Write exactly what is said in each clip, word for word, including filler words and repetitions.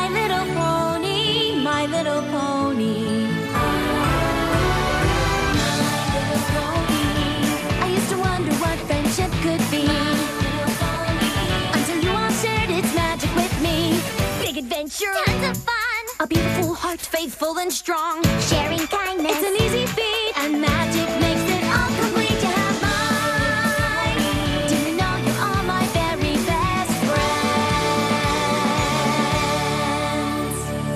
Little Pony, My Little Pony. My Little Pony. I used to wonder what friendship could be. Until you all shared its magic with me. Big adventure, tons of fun. A beautiful heart, faithful and strong. Sharing kindness, it's an easy feat. And magic makes it all complete. You have mine. Do you know you are my very best friends?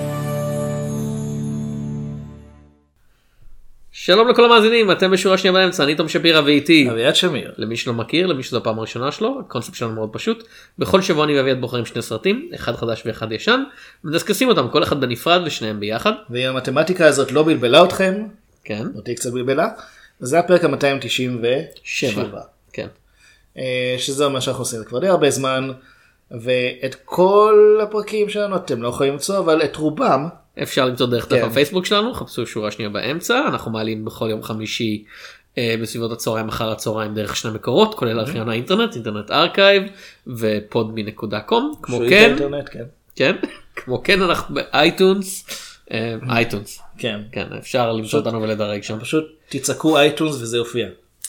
שלום לכל המאזינים, אתם בשורה שנייה באמצע, אני תום שפירא ואיתי אביעד שמיר. למי שלא מכיר, למי שזו הפעם הראשונה שלו, הקונספט שלנו מאוד פשוט. בכל שבוע אני ואביעד בוחרים שני סרטים, אחד חדש ואחד ישן, מדסקסים אותם כל אחד בנפרד ושניהם ביחד. ואם המתמטיקה הזאת לא בלבלה אתכם, כן. אותי קצת בלבלה, וזה הפרק ה-מאתיים תשעים ושבע. כן. שזה מה שאנחנו עושים כבר די הרבה זמן, ואת כל הפרקים שלנו אתם לא יכולים למצוא, אבל את רובם אפשר למצוא דרך דף הפייסבוק שלנו, חפשו שורה שנייה באמצע, אנחנו מעלים בכל יום חמישי אה, בסביבות הצהריים אחר הצהריים דרך שני מקורות, כולל ארכיון האינטרנט, אינטרנט ארכייב ופודמי נקודה קום, כמו כן, אינטרנט, כן. כן, כמו כן אנחנו באייטונס, אה, אייטונס, כן. כן, אפשר למצוא אותנו ולדרג שם. פשוט תצעקו אייטונס וזה יופיע.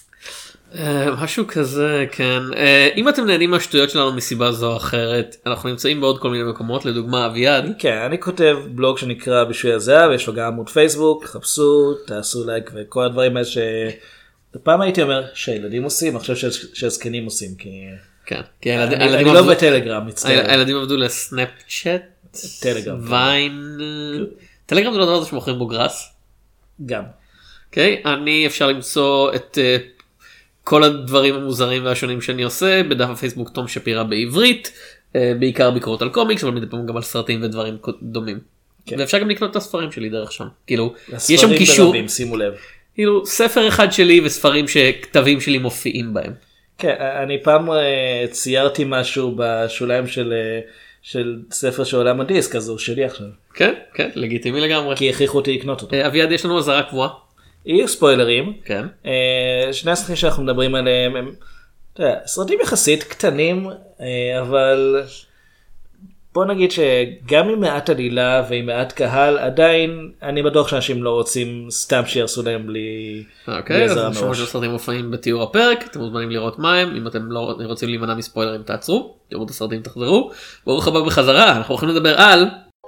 משהו כזה, כן. אם אתם נהנים מהשטויות שלנו מסיבה זו או אחרת, אנחנו נמצאים בעוד כל מיני מקומות, לדוגמה אביעד. כן, אני כותב בלוג שנקרא בשביל הזהב, יש לו גם עמוד פייסבוק, חפשו, תעשו לייק וכל הדברים האלה ש... פעם הייתי אומר שהילדים עושים, עכשיו שהזקנים עושים, כי... כן, אני לא בטלגרם, מצטער. הילדים עבדו לסנאפצ'אט, טלגרם, ויין, טלגרם זה לא דבר הזה שמוכרים בו גרס. גם. אוקיי, אני אפשר למצוא את... כל הדברים המוזרים והשונים שאני עושה בדף הפייסבוק תום שפירא בעברית, בעיקר ביקורות על קומיקס, אבל מדי פעם גם על סרטים ודברים דומים. כן. ואפשר גם לקנות את הספרים שלי דרך שם. כאילו, יש שם קישור. ברבים, שימו לב. כאילו, ספר אחד שלי וספרים שכתבים שלי מופיעים בהם. כן, אני פעם ציירתי משהו בשוליים של, של ספר של עולם הדיסק, אז הוא שלי עכשיו. כן, כן, לגיטימי לגמרי. כי הכריחו אותי לקנות אותו. אביעד, יש לנו עזרה קבועה. יהיו ספוילרים. כן. שני הסרטים שאנחנו מדברים עליהם הם סרטים יחסית קטנים, אבל בוא נגיד שגם עם מעט עלילה ועם מעט קהל, עדיין אני בטוח שאנשים לא רוצים סתם שירסו להם בלי עזרה מראש. אז משהו סרטים מופעים בתיאור הפרק, אתם מוזמנים לראות מה הם, אם אתם לא רוצים להימנע מספוילרים תעצרו, תראו את הסרטים תחזרו. ברוך הבא בחזרה, אנחנו הולכים לדבר על...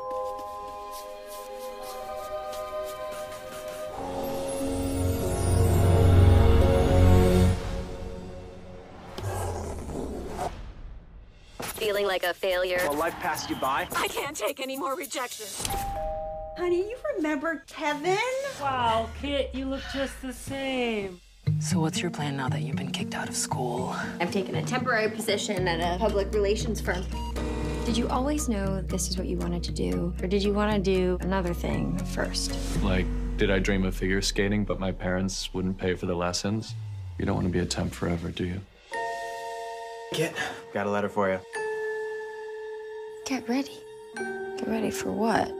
Feeling like a failure. Well, life passed you by. I can't take any more rejection. Honey, you remember Kevin? Wow, Kit, you look just the same. So what's your plan now that you've been kicked out of school? I've taken a temporary position at a public relations firm. Did you always know this is what you wanted to do? Or did you want to do another thing first? Like, did I dream of figure skating, but my parents wouldn't pay for the lessons? You don't want to be a temp forever, do you? Kit, got a letter for you. Get ready. Get ready for what?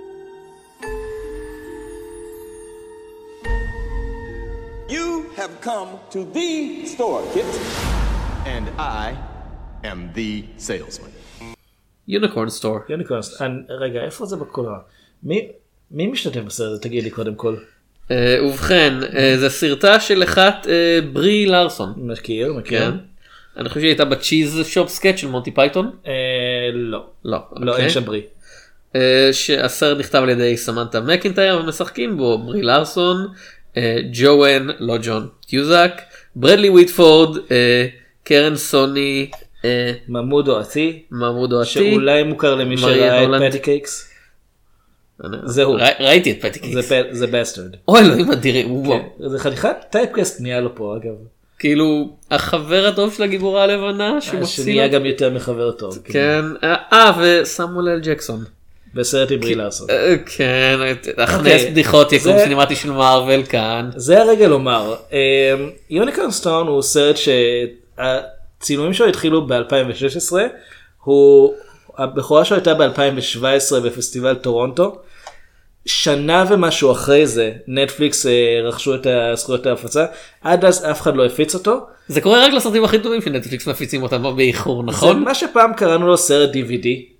You have come to the store, Kit. And I am the salesman. Unicorn Store. Unicorn Store. רגע, איפה זה בקולנוע? מי, מי משתתף בסרט? תגיד לי קודם כל. ובכן, זה סרטה של אחת ברי לארסון. מכיר, מכיר. אני חושב שהיא הייתה בצ'יז שופ סקאץ' של מונטי פייתון. לא. לא. לא, אין שם ברי. שהסרט נכתב על ידי סמנטה מקינטייר ומשחקים בו ברי לארסון, ג'ואן, לא ג'ון, טיוזק, ברדלי וויטפורד, קרן סוני, ממוד אוהתי, ממוד אוהתי, שאולי מוכר למי שראה את פטי קייקס. זהו. ראיתי את פטי קייקס. זה בסטרד. אוי אלוהים אדירים. זה חתיכת טייפקאסט נהיה לו פה אגב. כאילו החבר הטוב של הגיבורה הלבנה שנהיה גם יותר מחבר טוב. כן. אה וסמואל אל ג'קסון. בסרט עם ברי לארסון. כן. הכנס בדיחות יקום סינימטי של מארוול כאן. זה הרגע לומר. יוניקורן סטור הוא סרט שהצילומים שלו התחילו ב-אלפיים ושש עשרה. הוא הבכורה שלו הייתה ב-אלפיים שבע עשרה בפסטיבל טורונטו. שנה ומשהו אחרי זה נטפליקס רכשו את הזכויות ההפצה, עד אז אף אחד לא הפיץ אותו. זה קורה רק לסרטים הכי טובים שנטפליקס מפיצים אותם באיחור, נכון? זה מה שפעם קראנו לו סרט די וי די.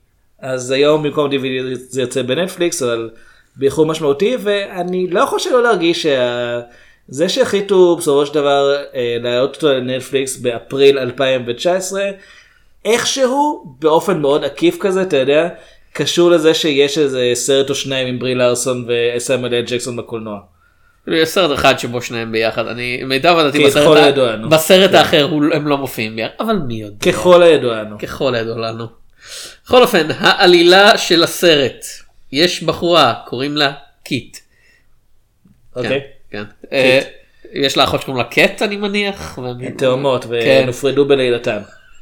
אז היום במקום די וי די זה יוצא בנטפליקס, אבל באיחור משמעותי, ואני לא יכול שלא להרגיש שזה שהחליטו בסופו של דבר להעלות אותו לנטפליקס באפריל אלפיים תשע עשרה, איכשהו באופן מאוד עקיף כזה, אתה יודע, קשור לזה שיש איזה סרט או שניים עם ברי לארסון וסמואל אל ג'קסון בקולנוע. יש סרט אחד שבו שניהם ביחד, אני מידע ודעתי בסרט, בסרט האחר הם לא מופיעים ביחד, אבל מי יודע. ככל הידוע לנו. ככל הידוע לנו. בכל אופן, העלילה של הסרט, יש בחורה, קוראים לה קיט. אוקיי. כן. יש לה אחות שקוראים לה קט, אני מניח. תאומות, ונופרדו בלילתן.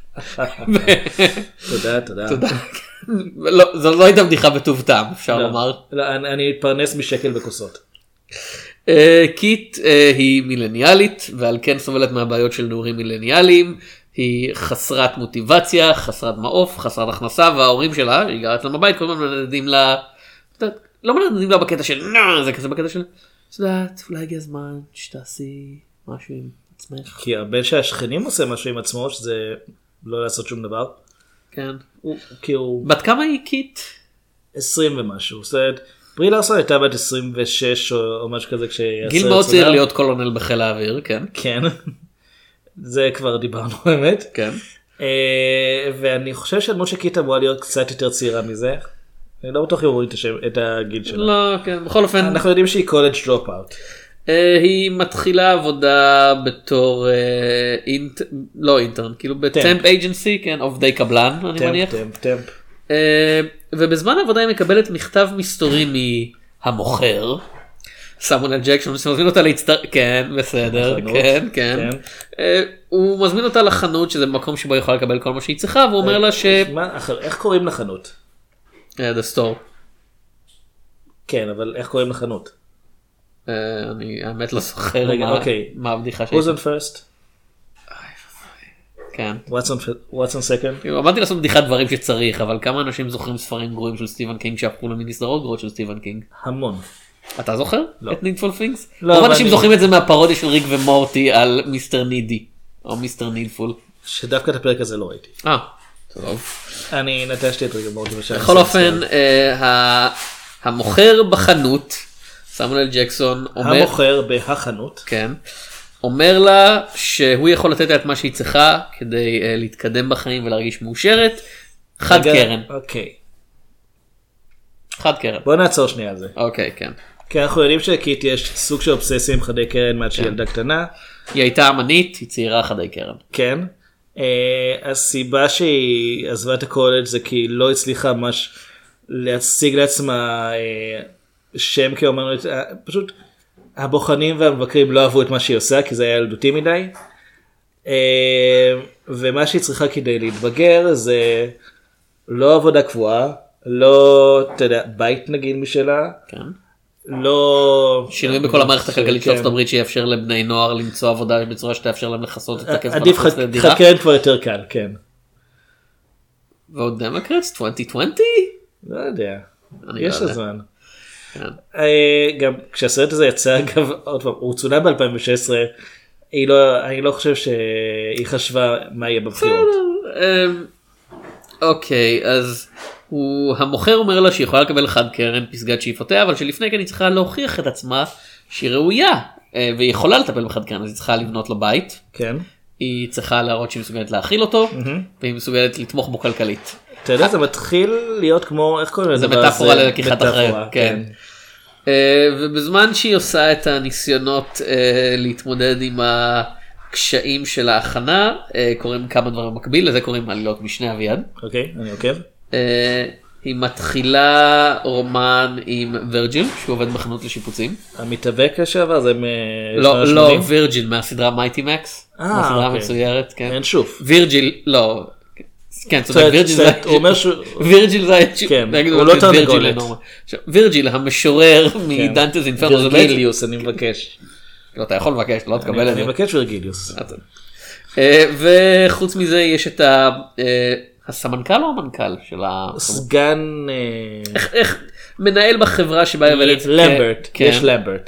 תודה, תודה. זו לא הייתה בדיחה בטוב טעם, אפשר לומר. אני מתפרנס משקל בכוסות. קיט היא מילניאלית, ועל כן סובלת מהבעיות של נעורים מילניאליים. היא חסרת מוטיבציה, חסרת מעוף, חסרת הכנסה, וההורים שלה, היא גרה אצלם בבית, כל הזמן מנדדים לה, לא מנדדים לה בקטע של, נו, זה כזה בקטע של, את יודעת, אולי הגיע הזמן שתעשי משהו עם עצמך. כי הרבה שהשכנים עושה משהו עם עצמו, שזה לא לעשות שום דבר. כן. כי הוא... בת כמה היא קיט? עשרים ומשהו, זאת אומרת, ברי לארסון הייתה בת עשרים ושש או משהו כזה כשהיא... גיל מאוד צעיר להיות קולונל בחיל האוויר, כן. כן. זה כבר דיברנו באמת. כן. ואני חושב שהדמות של קיט אמורה להיות קצת יותר צעירה מזה. אני לא בטוח אם רואים את הגיל שלה. לא, כן, בכל אופן. אנחנו יודעים שהיא קולג' דרופ אאוט. היא מתחילה עבודה בתור אינט... לא אינטרן, כאילו בטמפ אייג'נסי, כן, עובדי קבלן, אני מניח. טמפ, טמפ. ובזמן העבודה היא מקבלת מכתב מסתורי מהמוכר. סמואל אל ג'קסון מזמין אותה להצטר... כן, בסדר, כן, כן. הוא מזמין אותה לחנות, שזה מקום שבו היא יכולה לקבל כל מה שהיא צריכה, והוא אומר לה ש... איך קוראים לחנות? The Store. כן, אבל איך קוראים לחנות? אני האמת לא זוכר מה הבדיחה שהיא. Who's on first? כן. What's on second? אמרתי לעשות בדיחת דברים שצריך, אבל כמה אנשים זוכרים ספרים גרועים של סטיבן קינג שהפכו למיני סדרות גרועות של סטיבן קינג? המון. אתה זוכר? את נידפול פינגס? רוב אנשים זוכרים את זה מהפרודיה של ריק ומורטי על מיסטר נידי, או מיסטר נידפול. שדווקא את הפרק הזה לא ראיתי. אה, טוב. אני נטשתי את ריק ומורטי. בכל אופן, המוכר בחנות, סמואל אל ג'קסון, המוכר בהחנות, כן, אומר לה שהוא יכול לתת לה את מה שהיא צריכה כדי להתקדם בחיים ולהרגיש מאושרת. חד קרן. אוקיי. חד קרן. בוא נעצור שנייה על זה. אוקיי, כן. כי אנחנו יודעים שקיט יש סוג של אובססיה עם חדי קרן מעט שהיא ילדה קטנה. היא הייתה אמנית, היא צעירה חדי קרן. כן. הסיבה שהיא עזבה את הקולג' זה כי היא לא הצליחה ממש להציג לעצמה שם כאומנות. פשוט הבוחנים והמבקרים לא אהבו את מה שהיא עושה כי זה היה ילדותי מדי. ומה שהיא צריכה כדי להתבגר זה לא עבודה קבועה. לא, אתה יודע, בית נגיד משלה, כן. לא... שינויים בכל המערכת הכלכלית של ארצות הברית שיאפשר לבני נוער למצוא עבודה בצורה שתאפשר להם לחסות את הכסף. עדיף חד קרן כבר יותר קל, כן. ועוד דמוקרטס, עשרים עשרים? לא יודע, יש הזמן. גם כשהסרט הזה יצא, אגב, עוד פעם, הוא צולם ב-אלפיים ושש עשרה, אני לא חושב שהיא חשבה מה יהיה בבחירות. אוקיי, אז... הוא, המוכר אומר לה שהיא יכולה לקבל חד קרן פסגת שאיפותיה, אבל שלפני כן היא צריכה להוכיח את עצמה שהיא ראויה, והיא יכולה לטפל בחד קרן, אז היא צריכה לבנות לו בית. כן. היא צריכה להראות שהיא מסוגלת להאכיל אותו, והיא מסוגלת לתמוך בו כלכלית. אתה יודע, זה מתחיל להיות כמו, איך קוראים לזה? זה מטאפורה ללקיחת אחריות, כן. ובזמן שהיא עושה את הניסיונות להתמודד עם הקשיים של ההכנה, קוראים כמה דברים במקביל, לזה קוראים עלילות משנה אביעד. אוקיי, אני עוקב. היא מתחילה רומן עם וירג'יל שהוא עובד בחנות לשיפוצים. המתאבק לשעבר זה מ... לא, לא, וירג'יל מהסדרה מייטי מקס, מהסדרה המצוירת, כן. אין שוף. וירג'יל, לא, כן, צודק, וירג'יל זה... הוא אומר שהוא... וירג'יל זה... כן, הוא לא תרנגולת. וירג'יל המשורר מדנטז אינפרנו. וירגיליוס, אני מבקש. לא, אתה יכול לבקש, לא תקבל את זה. אני מבקש וירגיליוס. וחוץ מזה יש את ה... הסמנכ"ל או המנכ"ל של ה... סגן... איך, מנהל בחברה שבה היא עובדת. למברט, יש למברט.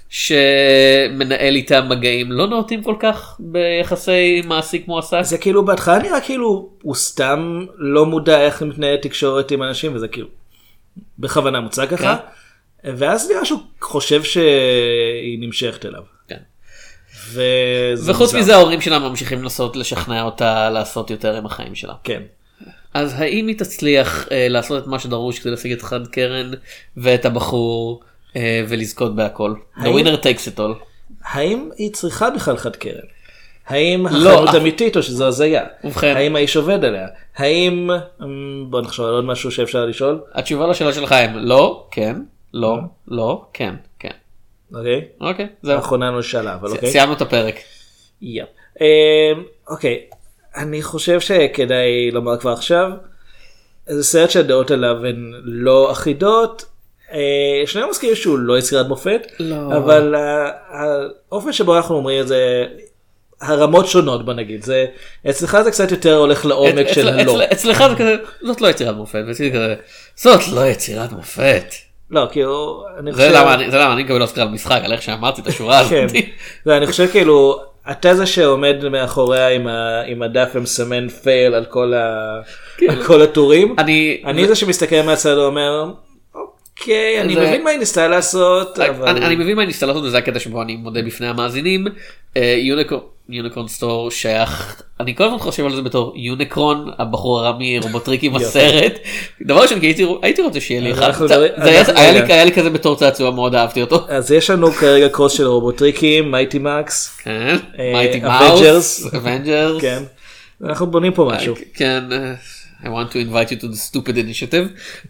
שמנהל איתם מגעים לא נאותים כל כך ביחסי מעסיק מועסק. זה כאילו בהתחלה נראה כאילו הוא סתם לא מודע איך מתנהל תקשורת עם אנשים, וזה כאילו בכוונה מוצג ככה, ואז נראה שהוא חושב שהיא נמשכת אליו. כן. וחוץ מזה ההורים שלה ממשיכים לנסות לשכנע אותה לעשות יותר עם החיים שלה. כן. אז האם היא תצליח אה, לעשות את מה שדרוש כדי להשיג את חד קרן ואת הבחור אה, ולזכות בהכל? The winner takes it all. האם היא צריכה בכלל חד קרן? האם החנות אמיתית או שזו הזיה? האם האיש עובד עליה? האם... בוא נחשוב על עוד משהו שאפשר לשאול. התשובה לשאלה שלך הם לא, כן, לא, לא, כן, כן. אוקיי. אוקיי, זהו. האחרונה לא שאלה, אבל אוקיי. סיימנו את הפרק. יפ. אוקיי. אני חושב שכדאי לומר כבר עכשיו, זה סרט שהדעות עליו הן לא אחידות, שנינו מסכימים שהוא לא יצירת מופת, אבל האופן שבו אנחנו אומרים את זה, הרמות שונות בוא נגיד, אצלך זה קצת יותר הולך לעומק של הלא. אצלך זה כזה, זאת לא יצירת מופת, זאת לא יצירת מופת. לא, כאילו, זה למה אני מקבל אוסקר על משחק, על איך שאמרתי את השורה הזאת. ואני חושב כאילו, אתה זה שעומד מאחוריה עם הדף ומסמן פייל על כל הטורים. אני זה שמסתכל מהצד ואומר, אוקיי, אני מבין מה היא ניסתה לעשות. אני מבין מה היא ניסתה לעשות, וזה הקטע שבו אני מודה בפני המאזינים. יוניקרון סטור שייך, אני כל הזמן חושב על זה בתור יוניקרון, הבחור הרמי רובוטריקים הסרט. דבר ראשון, כי הייתי רוצה שיהיה לי אחד. היה לי כזה בתור צעצוע, מאוד אהבתי אותו. אז יש לנו כרגע קרוס של רובוטריקים, מייטי מקס, מייטי מאוס, אבנג'רס. כן, אנחנו בונים פה משהו. כן, I want to invite you to the stupid initiative.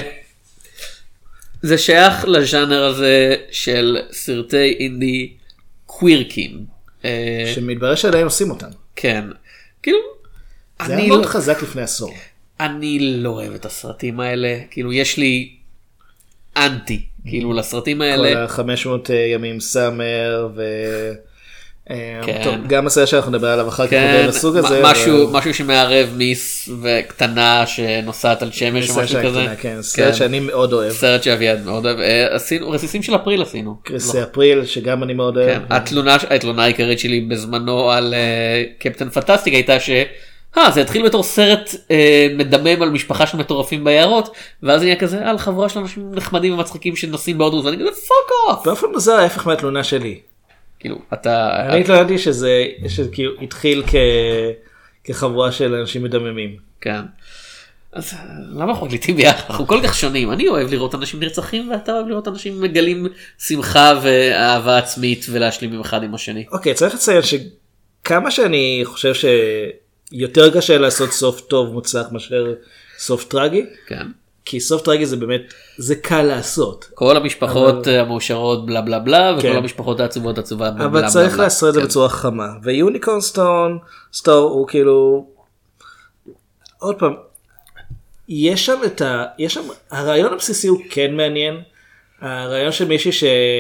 זה שייך לז'אנר הזה של סרטי אינדי קווירקים. שמתברר שעדיין עושים אותם. כן. כאילו, זה היה מאוד חזק לפני עשור. אני לא אוהב את הסרטים האלה. כאילו, יש לי אנטי, כאילו, לסרטים האלה. כל ה-חמש מאות ימים סאמר ו... טוב, גם הסרט שאנחנו נדבר עליו אחר כך נדבר לסוג הזה. משהו שמערב מיס וקטנה שנוסעת על שמש או משהו כזה. כן, סרט שאני מאוד אוהב. סרט שאביעד מאוד אוהב. עשינו, רסיסים של אפריל עשינו. רסיסי אפריל שגם אני מאוד אוהב. התלונה העיקרית שלי בזמנו על קפטן פנטסטיק הייתה ש... אה, זה התחיל בתור סרט מדמם על משפחה של מטורפים ביערות, ואז נהיה כזה על חבורה של אנשים נחמדים ומצחיקים שנוסעים באוטובוס, ואני כזה פאק אוף. באופן מוזר ההפך מהתלונה שלי. כאילו, אתה... אני התלוננתי שזה, שכאילו התחיל כחבורה של אנשים מדממים. כן. אז למה אנחנו מקליטים ביחד? אנחנו כל כך שונים. אני אוהב לראות אנשים נרצחים, ואתה אוהב לראות אנשים מגלים שמחה ואהבה עצמית ולהשלים עם אחד עם השני. אוקיי, צריך לציין שכמה שאני חושב שיותר קשה לעשות סוף טוב מוצלח מאשר סוף טרגי. כן. כי סוף טרגי זה באמת, זה קל לעשות. כל המשפחות המאושרות בלה בלה בלה, וכל המשפחות העצובות עצובה בלה בלה בלה. אבל צריך לעשות את זה בצורה חמה. ויוניקורן סטון, סטור הוא כאילו, עוד פעם, יש שם את ה, יש שם, הרעיון הבסיסי הוא כן מעניין. הרעיון של מישהי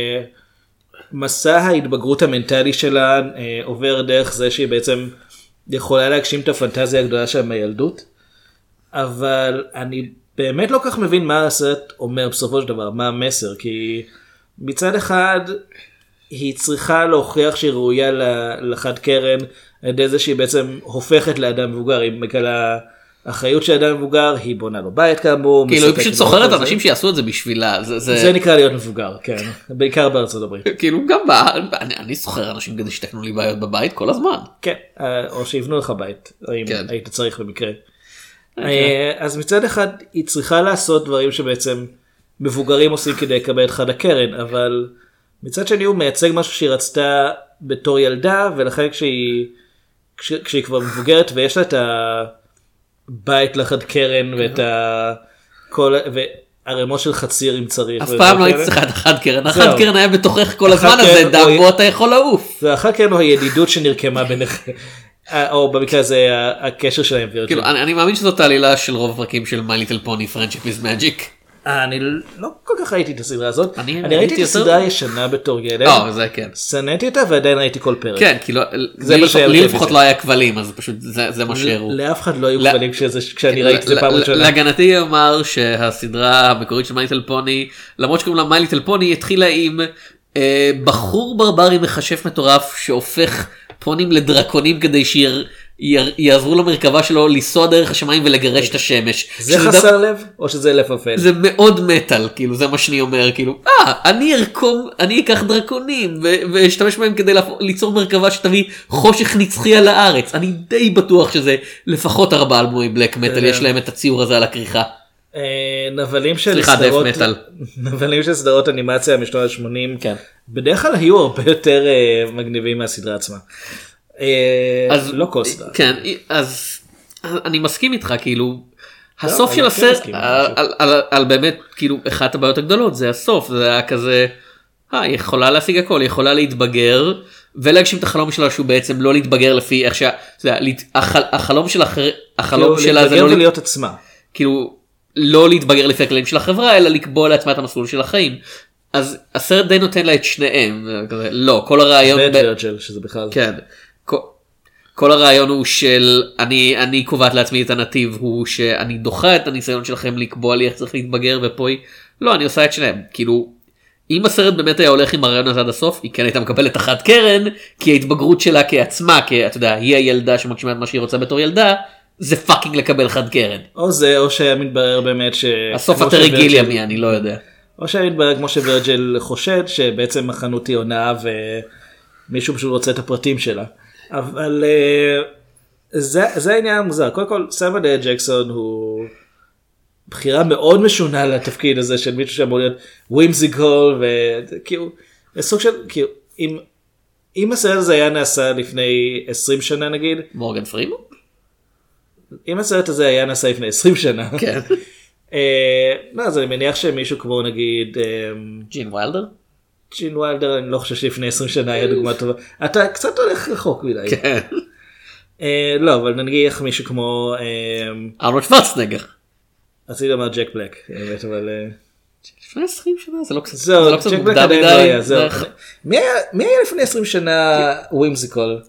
שמסע ההתבגרות המנטלי שלה עובר דרך זה שהיא בעצם יכולה להגשים את הפנטזיה הגדולה שלה מהילדות. אבל אני באמת לא כך מבין מה הסרט אומר בסופו של דבר, מה המסר, כי מצד אחד היא צריכה להוכיח שהיא ראויה לחד קרן, על ידי זה שהיא בעצם הופכת לאדם מבוגר, היא מגלה אחריות של אדם מבוגר, היא בונה לו בית כאמור. כאילו היא פשוט סוחרת אנשים שיעשו את זה בשבילה. זה נקרא להיות מבוגר, כן, בעיקר בארצות הברית. כאילו גם אני סוחר אנשים כדי שתקנו לי בעיות בבית כל הזמן. כן, או שיבנו לך בית, אם היית צריך במקרה. אז מצד אחד היא צריכה לעשות דברים שבעצם מבוגרים עושים כדי לקבל את חד הקרן, אבל מצד שני הוא מייצג משהו שהיא רצתה בתור ילדה, ולכן כשהיא, כש, כשהיא כבר מבוגרת ויש לה את הבית לחד קרן ואת ה... כל... והרמות של חציר אם צריך. אף פעם לא היית צריכה את החד קרן, החד קרן היה בתוכך כל הזמן הזה, דאבו אתה יכול לעוף. והחד קרן הוא הידידות שנרקמה ביניכם. או במקרה הזה הקשר שלהם. כאילו אני מאמין שזאת העלילה של רוב הפרקים של My Little Pony Friendship is Magic. אני לא כל כך ראיתי את הסדרה הזאת, אני ראיתי את הסדרה הישנה בתור ילד, שנאתי אותה ועדיין ראיתי כל פרק. כן, כאילו לי לפחות לא היה כבלים, אז פשוט זה מה שהראו. לאף אחד לא היו כבלים כשאני ראיתי את זה פעם ראשונה. להגנתי אומר שהסדרה המקורית של My Little Pony, למרות שקוראים לה My Little Pony, התחילה עם בחור ברברי מחשף מטורף שהופך פונים לדרקונים כדי שיעזרו למרכבה שלו לנסוע דרך השמיים ולגרש את השמש. זה חסר לב או שזה לפפל? זה מאוד מטל, כאילו זה מה שאני אומר, כאילו אה אני ארקום, אני אקח דרקונים ואשתמש בהם כדי ליצור מרכבה שתביא חושך נצחי על הארץ. אני די בטוח שזה לפחות ארבעה אלבומי בלק מטל יש להם את הציור הזה על הכריכה. נבלים של סדרות נבלים של סדרות אנימציה משנות ה-שמונים בדרך כלל היו הרבה יותר מגניבים מהסדרה עצמה. אז לא כל סדרה. כן, אז אני מסכים איתך, כאילו הסוף של הסרט על באמת כאילו אחת הבעיות הגדולות זה הסוף, זה היה כזה היא יכולה להשיג הכל, היא יכולה להתבגר ולהגשים את החלום שלה שהוא בעצם לא להתבגר לפי איך שהחלום של החלום שלה זה לא להיות עצמה, כאילו לא להתבגר לפי הכללים של החברה, אלא לקבוע לעצמה את המסלול של החיים. אז הסרט די נותן לה את שניהם. לא, כל הרעיון... ורג'ל, שזה בכלל... כן. כל, כל הרעיון הוא של, אני, אני קובעת לעצמי את הנתיב, הוא שאני דוחה את הניסיון שלכם לקבוע לי איך צריך להתבגר, ופה היא... לא, אני עושה את שניהם. כאילו, אם הסרט באמת היה הולך עם הרעיון הזה עד הסוף, היא כן הייתה מקבלת אחת קרן, כי ההתבגרות שלה כעצמה, כי אתה יודע, היא הילדה שמגשימה את מה שהיא רוצה בתור ילדה, זה פאקינג לקבל חד קרן. או זה, או שהיה מתברר באמת ש... הסוף התרגיל ימי, אני לא יודע. או שהיה מתברר כמו שווירג'ל חושד, שבעצם החנות היא עונה ומישהו פשוט רוצה את הפרטים שלה. אבל זה, זה העניין המוזר. קודם כל, סמואל אל ג'קסון הוא בחירה מאוד משונה לתפקיד הזה של מישהו שאמור להיות ווימזיקול, וכאילו, סוג של, כאילו, אם, אם הסרט הזה היה נעשה לפני עשרים שנה נגיד, מורגן פרימן? אם הסרט הזה היה נעשה לפני עשרים שנה, כן. לא, אז אני מניח שמישהו כמו נגיד... ג'ין ויילדר? ג'ין ויילדר, אני לא חושב שלפני עשרים שנה היה דוגמה טובה. אתה קצת הולך רחוק מדי. כן. לא, אבל נגיד מישהו כמו... ארנולד שוורצנגר. רציתי לומר ג'ק בלק, אבל... לפני עשרים שנה זה לא קצת... זהו, ג'ק בלק עדיין לא היה, זהו. מי היה לפני עשרים שנה ווימזיקול?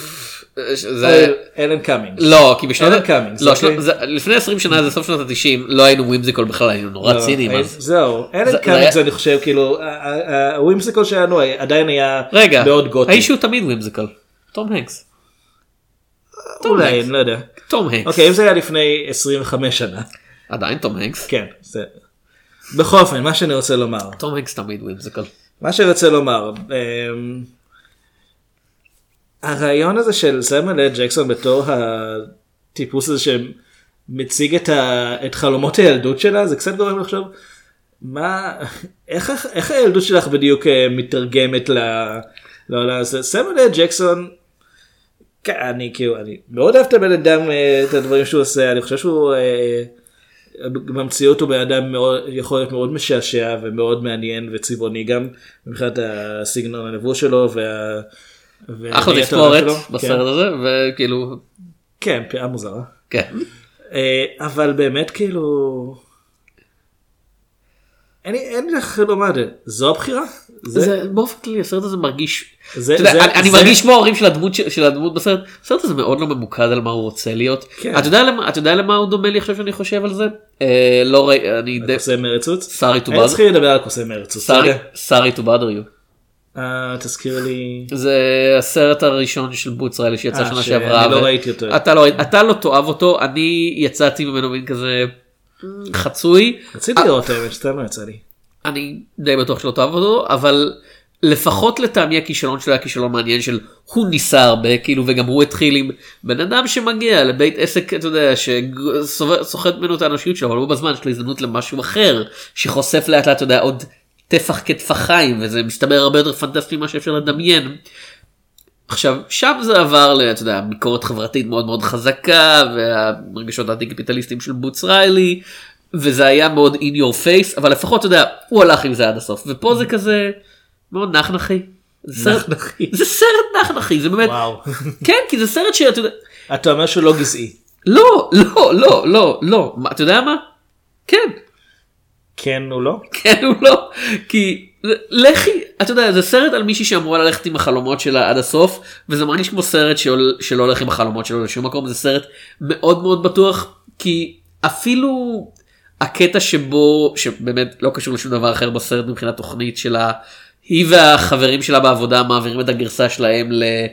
אלן קאמינגס. לא, כי בשנות... לפני עשרים שנה זה סוף שנות ה-תשעים, לא היינו ווימזיקול בכלל, היינו נורא ציניים. זהו, אלן קאמינגס אני חושב, כאילו, הווימזיקול שלנו עדיין היה מאוד גוטי. רגע, האיש הוא תמיד ווימזיקול. תום הנקס. אולי, אני לא יודע. תום הנקס. אוקיי, אם זה היה לפני עשרים וחמש שנה. עדיין תום הנקס. כן, זה... בכל אופן, מה שאני רוצה לומר. תום הנקס תמיד ווימזיקול. מה שאני רוצה לומר, הרעיון הזה של סמואל אל ג'קסון בתור הטיפוס הזה שמציג את, ה... את חלומות הילדות שלה, זה קצת גורם לחשוב, מה, איך, איך הילדות שלך בדיוק מתרגמת ל... לא, לא, סמואל אל ג'קסון, אני כאילו, אני מאוד אוהב את הבן אדם, את הדברים שהוא עושה, אני חושב שהוא, במציאות הוא בן אדם מאוד, יכול להיות מאוד משעשע ומאוד מעניין וצבעוני גם, מבחינת הסגנון הלבוש שלו וה... אחלה תספורת בסרט הזה וכאילו כן פעה מוזרה כן אבל באמת כאילו אין לי איך לומר זו הבחירה באופן כללי הסרט הזה מרגיש אני מרגיש כמו ההורים של הדמות בסרט. הסרט הזה מאוד לא ממוקד על מה הוא רוצה להיות. אתה יודע למה הוא דומה לי עכשיו שאני חושב על זה? לא ראי קוסם מרצוץ? Sorry to bother. אני צריכים לדבר על קוסם מרצוץ. Sorry to bother you. תזכיר לי. זה הסרט הראשון של בוץ ריילי שיצא שנה שעברה. אני לא ראיתי אותו. אתה לא תאהב אותו, אני יצאתי ממנו מין כזה חצוי. רציתי לראות האמת, סתם לא יצא לי. אני די בטוח שלא תאהב אותו, אבל לפחות לטעמי הכישלון שלו היה כישלון מעניין של הוא ניסה הרבה, כאילו, וגם הוא התחיל עם בן אדם שמגיע לבית עסק, אתה יודע, שסוחט ממנו את האנושיות שלו, אבל הוא בזמן יש לו הזדמנות למשהו אחר, שחושף לאט לאט, אתה יודע, עוד טפח כטפחיים, וזה מסתבר הרבה יותר פנטסטי ממה שאפשר לדמיין. עכשיו, שם זה עבר, אתה יודע, ביקורת חברתית מאוד מאוד חזקה, והרגשות האנטי-קפיטליסטיים של בוץ ריילי, וזה היה מאוד in your face, אבל לפחות, אתה יודע, הוא הלך עם זה עד הסוף, ופה זה כזה מאוד נחנחי. נחנחי. זה סרט נחנחי, זה באמת, כן, כי זה סרט שאתה יודע... אתה אומר שהוא לא גזעי. לא, לא, לא, לא, לא, אתה יודע מה? כן. כן או לא? כן או לא, כי לכי, אתה יודע, זה סרט על מישהי שאמורה ללכת עם החלומות שלה עד הסוף, וזה מרגיש כמו סרט של, שלא הולך עם החלומות שלו לשום מקום, זה סרט מאוד מאוד בטוח, כי אפילו הקטע שבו, שבאמת לא קשור לשום דבר אחר בסרט מבחינת תוכנית של היא והחברים שלה בעבודה מעבירים את הגרסה שלהם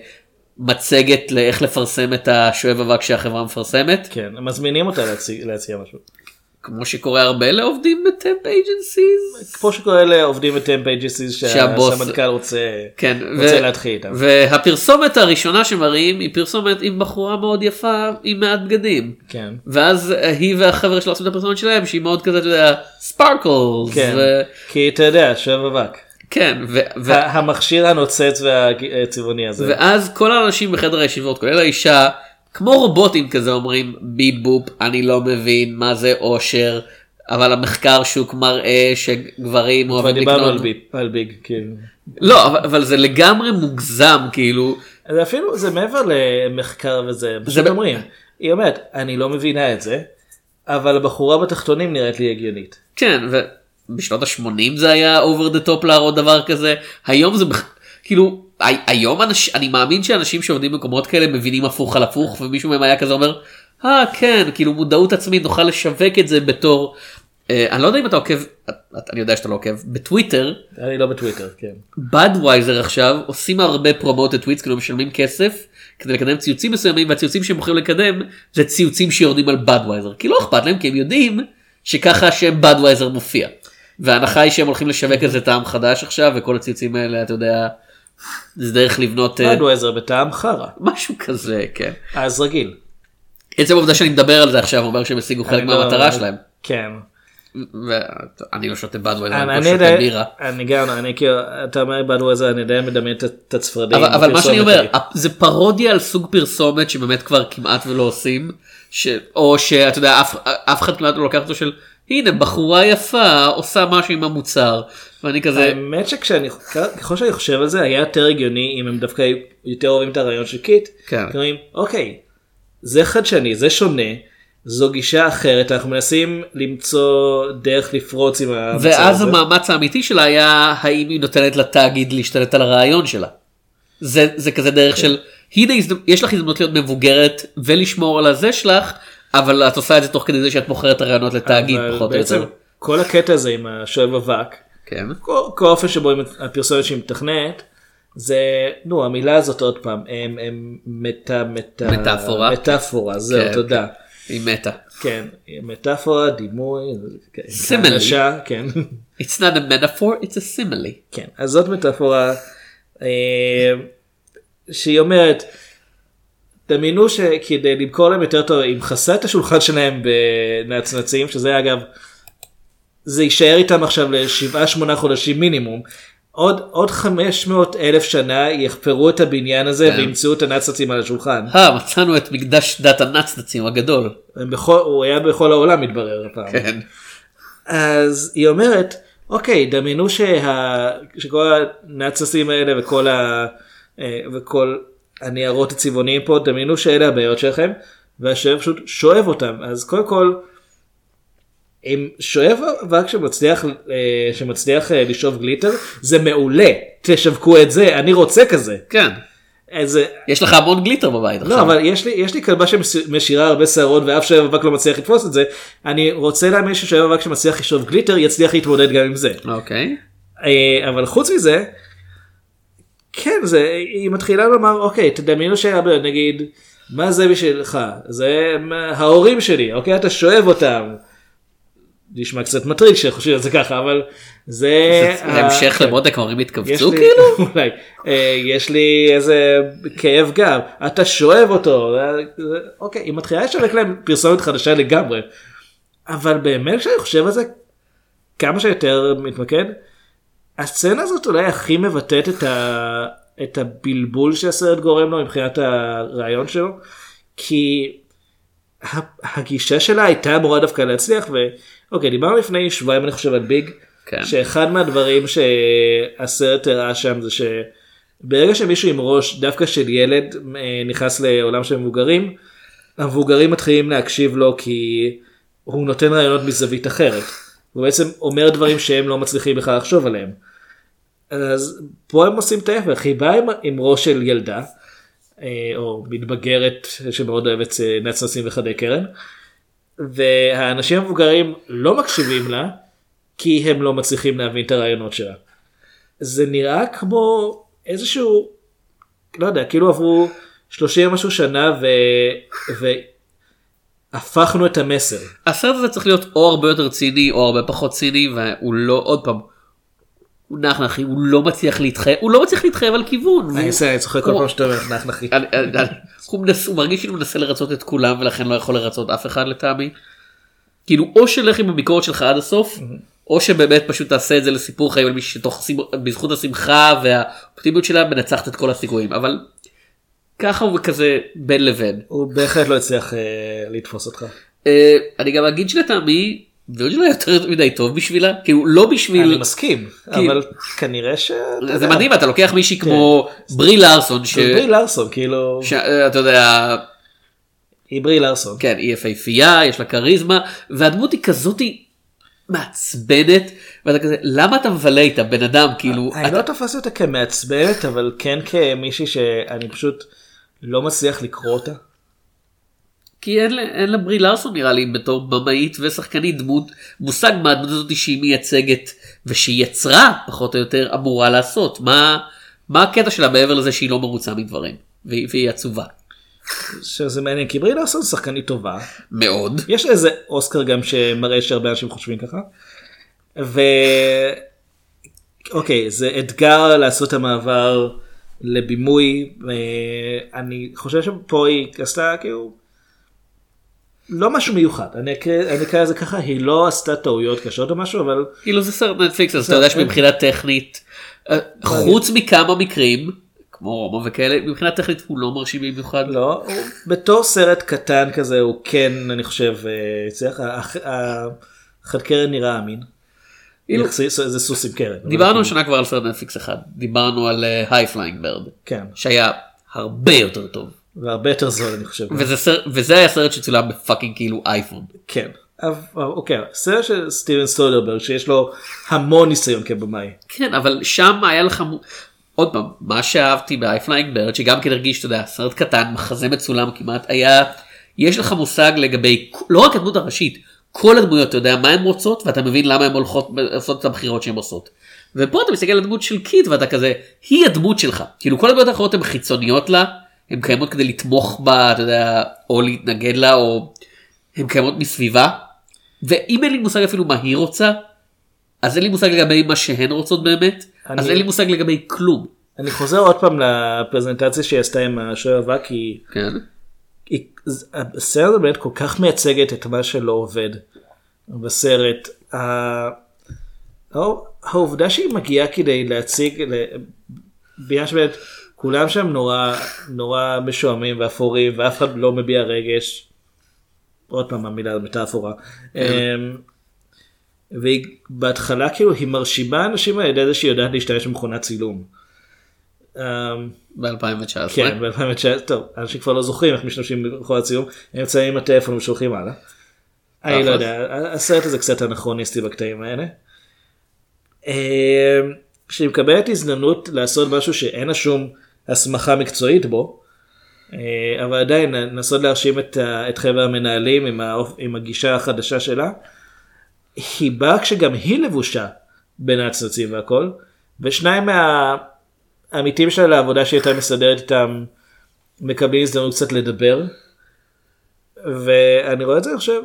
למצגת לאיך לפרסם את השואב אבק שהחברה מפרסמת. כן, הם מזמינים אותה להציע, להציע משהו. כמו שקורה הרבה לעובדים בטמפ אייג'נסיז. כמו שקורה לעובדים בטמפ אייג'נסיז שהסמנכ"ל רוצה, כן, רוצה ו... להתחיל איתם. והפרסומת הראשונה שמראים היא פרסומת עם בחורה מאוד יפה עם מעט בגדים. כן. ואז היא והחבר'ה שלה עושים את הפרסומת שלהם שהיא מאוד כזה, אתה יודע, ספארקלס. כן, ו... כי אתה יודע, שואב אבק. כן. ו... ו... המכשיר הנוצץ והצבעוני הזה. ואז כל האנשים בחדר הישיבות, כולל האישה, כמו רובוטים כזה אומרים בי בופ, אני לא מבין מה זה אושר, אבל המחקר שוק מראה שגברים אוהבים לקנות. דיברנו על ביג, על ביג, כאילו. לא, אבל, אבל זה לגמרי מוגזם, כאילו. זה אפילו, זה מעבר למחקר וזה, פשוט אומרים, היא אומרת, אני לא מבינה את זה, אבל הבחורה בתחתונים נראית לי הגיונית. כן, ובשנות ה-שמונים זה היה over the top להראות דבר כזה, היום זה, כאילו, היום אנש, אני מאמין שאנשים שעובדים במקומות כאלה מבינים הפוך על הפוך, ומישהו מהם היה כזה אומר, אה כן, כאילו מודעות עצמית, נוכל לשווק את זה בתור, אה, אני לא יודע אם אתה עוקב, אני יודע שאתה לא עוקב, בטוויטר, אני לא בטוויטר, כן. בדווייזר עכשיו עושים הרבה פרומוט לטוויטס, כאילו משלמים כסף, כדי לקדם ציוצים מסוימים, והציוצים שהם מוכרים לקדם, זה ציוצים שיורדים על בדווייזר, כי לא אכפת להם, כי הם יודעים שככה השם בדווייזר מופיע, וההנחה היא שהם הולכים לשווק איזה טעם חדש עכשיו, וכל הציוצים האלה, אתה יודע, זה דרך לבנות בדווייזר בטעם חרה משהו כזה, כן, אז רגיל. עצם העובדה שאני מדבר על זה עכשיו אומר שהם השיגו חלק מהמטרה שלהם. כן, ואני לא שותה בדווייזר, אני לא שותה בירה. אני גם, אני כאילו, אתה אומר בדווייזר, אני די מדמיין את הצפרדעים. אבל מה שאני אומר, זה פרודיה על סוג פרסומת שבאמת כבר כמעט ולא עושים, או שאתה יודע, אף אחד כמעט לא לוקח אותו של הנה בחורה יפה עושה משהו עם המוצר, ואני כזה, האמת שכשאני, ככל שאני חושב על זה היה יותר הגיוני אם הם דווקא יותר אוהבים את הרעיון של קיט, אומרים אוקיי זה חדשני, זה שונה, זו גישה אחרת, אנחנו מנסים למצוא דרך לפרוץ עם המוצר הזה. ואז המאמץ האמיתי שלה היה האם היא נותנת לתאגיד להשתלט על הרעיון שלה. זה, זה כזה דרך של הנה יש לך הזדמנות להיות מבוגרת ולשמור על הזה שלך, אבל את עושה את זה תוך כדי זה שאת מוכרת את הרעיונות לתאגיד פחות או יותר. בעצם כל הקטע הזה עם השואב אבק, כן. כל, כל אופן שבו הפרסומת שהיא מתכנת, זה, נו, המילה הזאת עוד פעם, הם, הם מטה, מטה, מטאפורה. מטאפורה, זהו, כן, תודה. כן. היא מטה. כן, מטאפורה, דימוי, סימלי. כן. It's not a metaphor, it's a simile. כן, אז זאת מטאפורה, שהיא אומרת, דמיינו שכדי למכור להם יותר טוב, אם חסה את השולחן שלהם בנצנצים, שזה אגב, זה יישאר איתם עכשיו לשבעה שמונה חודשים מינימום, עוד, עוד חמש מאות אלף שנה יחפרו את הבניין הזה וימצאו את הנצנצים על השולחן. אה, מצאנו את מקדש דת הנצנצים הגדול. בכל, הוא היה בכל העולם מתברר הפעם. כן. אז היא אומרת, אוקיי, דמיינו שה... שכל הנצנצים האלה וכל, ה... וכל הניירות הצבעוניים פה, דמיינו שאלה הבעיות שלכם, והשואב פשוט שואב אותם. אז קודם כל, אם שואב אבק שמצליח, שמצליח לשאוב גליטר, זה מעולה, תשווקו את זה, אני רוצה כזה. כן. אז, יש לך המון גליטר בבית. לא, עכשיו. אבל יש לי, יש לי כלבה שמשאירה הרבה שערות, ואף שואב אבק לא מצליח לתפוס את זה, אני רוצה להאמין ששואב אבק שמצליח לשאוב גליטר, יצליח להתמודד גם עם זה. אוקיי. אבל חוץ מזה, כן, זה, היא מתחילה לומר, אוקיי, תדמיינו שהיה, נגיד, מה זה בשבילך? זה ההורים שלי, אוקיי, אתה שואב אותם. נשמע קצת מטריד שחושבים על זה ככה, אבל זה... המשך למודק, ההורים התכווצו כאילו? אולי, יש לי איזה כאב גב, אתה שואב אותו, אוקיי, היא מתחילה לשווק להם פרסומת חדשה לגמרי, אבל באמת כשאני חושב על זה, כמה שיותר מתמקד, הסצנה הזאת אולי הכי מבטאת את, ה... את הבלבול שהסרט גורם לו מבחינת הרעיון שלו, כי הגישה שלה הייתה אמורה דווקא להצליח, ואוקיי, דיברנו לפני שבועיים אני חושב על ביג, כן. שאחד מהדברים שהסרט הראה שם זה שברגע שמישהו עם ראש דווקא של ילד נכנס לעולם של מבוגרים, המבוגרים מתחילים להקשיב לו כי הוא נותן רעיונות מזווית אחרת. הוא בעצם אומר דברים שהם לא מצליחים בכלל לחשוב עליהם. אז פה הם עושים את ההפך, היא באה עם, עם ראש של ילדה, או מתבגרת שמאוד אוהבת נצנצים וחדי קרן, והאנשים המבוגרים לא מקשיבים לה, כי הם לא מצליחים להבין את הרעיונות שלה. זה נראה כמו איזשהו, לא יודע, כאילו עברו שלושים משהו שנה ו... והפכנו את המסר. הסרט הזה צריך להיות או הרבה יותר ציני או הרבה פחות ציני, והוא לא, עוד פעם, הוא נח נחי, הוא לא מצליח להתחייב, הוא לא מצליח להתחייב על כיוון. אני צוחק כל פעם שאתה אומר נח נחי. הוא מרגיש שהוא מנסה לרצות את כולם ולכן לא יכול לרצות אף אחד לטעמי. כאילו או שלך עם הביקורת שלך עד הסוף, או שבאמת פשוט תעשה את זה לסיפור חיים על מישהו שתוך בזכות השמחה והאופטימיות שלה מנצחת את כל הסיכויים, אבל ככה הוא כזה בין לבין. הוא בהחלט לא הצליח לתפוס אותך. אני גם אגיד שלטעמי וירג'ל היה יותר מדי טוב בשבילה, כאילו לא בשביל... אני מסכים, אבל כנראה ש... זה מדהים, אתה לוקח מישהי כמו ברי לארסון, ברי לארסון, כאילו... אתה יודע... היא ברי לארסון. כן, היא יפהפייה, יש לה קריזמה, והדמות היא כזאת מעצבנת, ואתה כזה, למה אתה מבלה איתה, בן אדם, כאילו... אני לא תפסתי אותה כמעצבנת, אבל כן כמישהי שאני פשוט לא מצליח לקרוא אותה. כי אין, אין לה ברי לארסון נראה לי בתור במאית ושחקנית דמות, מושג מה הדמות הזאת שהיא מייצגת ושהיא יצרה פחות או יותר אמורה לעשות. מה, מה הקטע שלה מעבר לזה שהיא לא מרוצה מדברים והיא, והיא עצובה. שזה מעניין כי ברי לארסון שחקנית טובה. מאוד. יש איזה אוסקר גם שמראה שהרבה אנשים חושבים ככה. ו... אוקיי, זה אתגר לעשות המעבר לבימוי. אני חושב שפה היא עשתה כאילו... לא משהו מיוחד, אני אקרא לזה ככה, היא לא עשתה טעויות קשות או משהו, אבל... כאילו זה סרט נטפליקס, אז אתה יודע שמבחינה טכנית, חוץ מכמה מקרים, כמו רומו וכאלה, מבחינה טכנית הוא לא מרשים במיוחד. לא, בתור סרט קטן כזה, הוא כן, אני חושב, החד קרן נראה אמין. זה סוס עם קרן. דיברנו שנה כבר על סרט נטפליקס אחד, דיברנו על היי פליינג ברד, שהיה הרבה יותר טוב. והרבה יותר זול אני חושב. וזה, סרט, וזה היה סרט שצולם בפאקינג כאילו אייפון. כן. אוקיי, סרט של סטיבן סודרברג שיש לו המון ניסיון כבמאי. כן, אבל שם היה לך, עוד פעם, מה שאהבתי ב-I Flying Bird, שגם כן הרגיש, אתה יודע, סרט קטן, מחזה מצולם כמעט, היה, יש לך מושג לגבי, לא רק הדמות הראשית, כל הדמויות, אתה יודע מה הן רוצות, ואתה מבין למה הן הולכות לעשות את הבחירות שהן עושות. ופה אתה מסתכל על הדמות של קיט, ואתה כזה, היא הדמות שלך. כאילו כל הדמויות האחרות הן חיצוניות לה, הן קיימות כדי לתמוך בה, אתה יודע, או להתנגד לה, או הן קיימות מסביבה. ואם אין לי מושג אפילו מה היא רוצה, אז אין לי מושג לגבי מה שהן רוצות באמת, אני... אז אין לי מושג לגבי כלום. אני חוזר עוד פעם לפרזנטציה שהיא עשתה עם השוער אבק, כי... כן. היא... הסרט באמת כל כך מייצגת את מה שלא עובד בסרט. ה... העובדה שהיא מגיעה כדי להציג, בגלל שבאמת כולם שם נורא, נורא משועמים ואפורים, ואף אחד לא מביע רגש. עוד פעם המילה מטאפורה. והיא בהתחלה כאילו היא מרשימה אנשים על ידי זה שהיא יודעת להשתמש במכונת צילום. ב-אלפיים תשע עשרה. כן, ב-אלפיים תשע עשרה. טוב, אנשים כבר לא זוכרים איך משתמשים במכונת צילום. הם מצאים עם הטלפון ושולחים הלאה. אני לא יודע, הסרט הזה קצת אנכרוניסטי בקטעים האלה. שהיא מקבלת הזדמנות לעשות משהו שאין לה שום הסמכה מקצועית בו, אבל עדיין נסות להרשים את, את חבר המנהלים עם, ה, עם הגישה החדשה שלה. היא באה כשגם היא לבושה בין הצנצים והכל, ושניים מהעמיתים שלה לעבודה שהיא הייתה מסדרת איתם מקבלים הזדמנות קצת לדבר, ואני רואה את זה, אני חושב,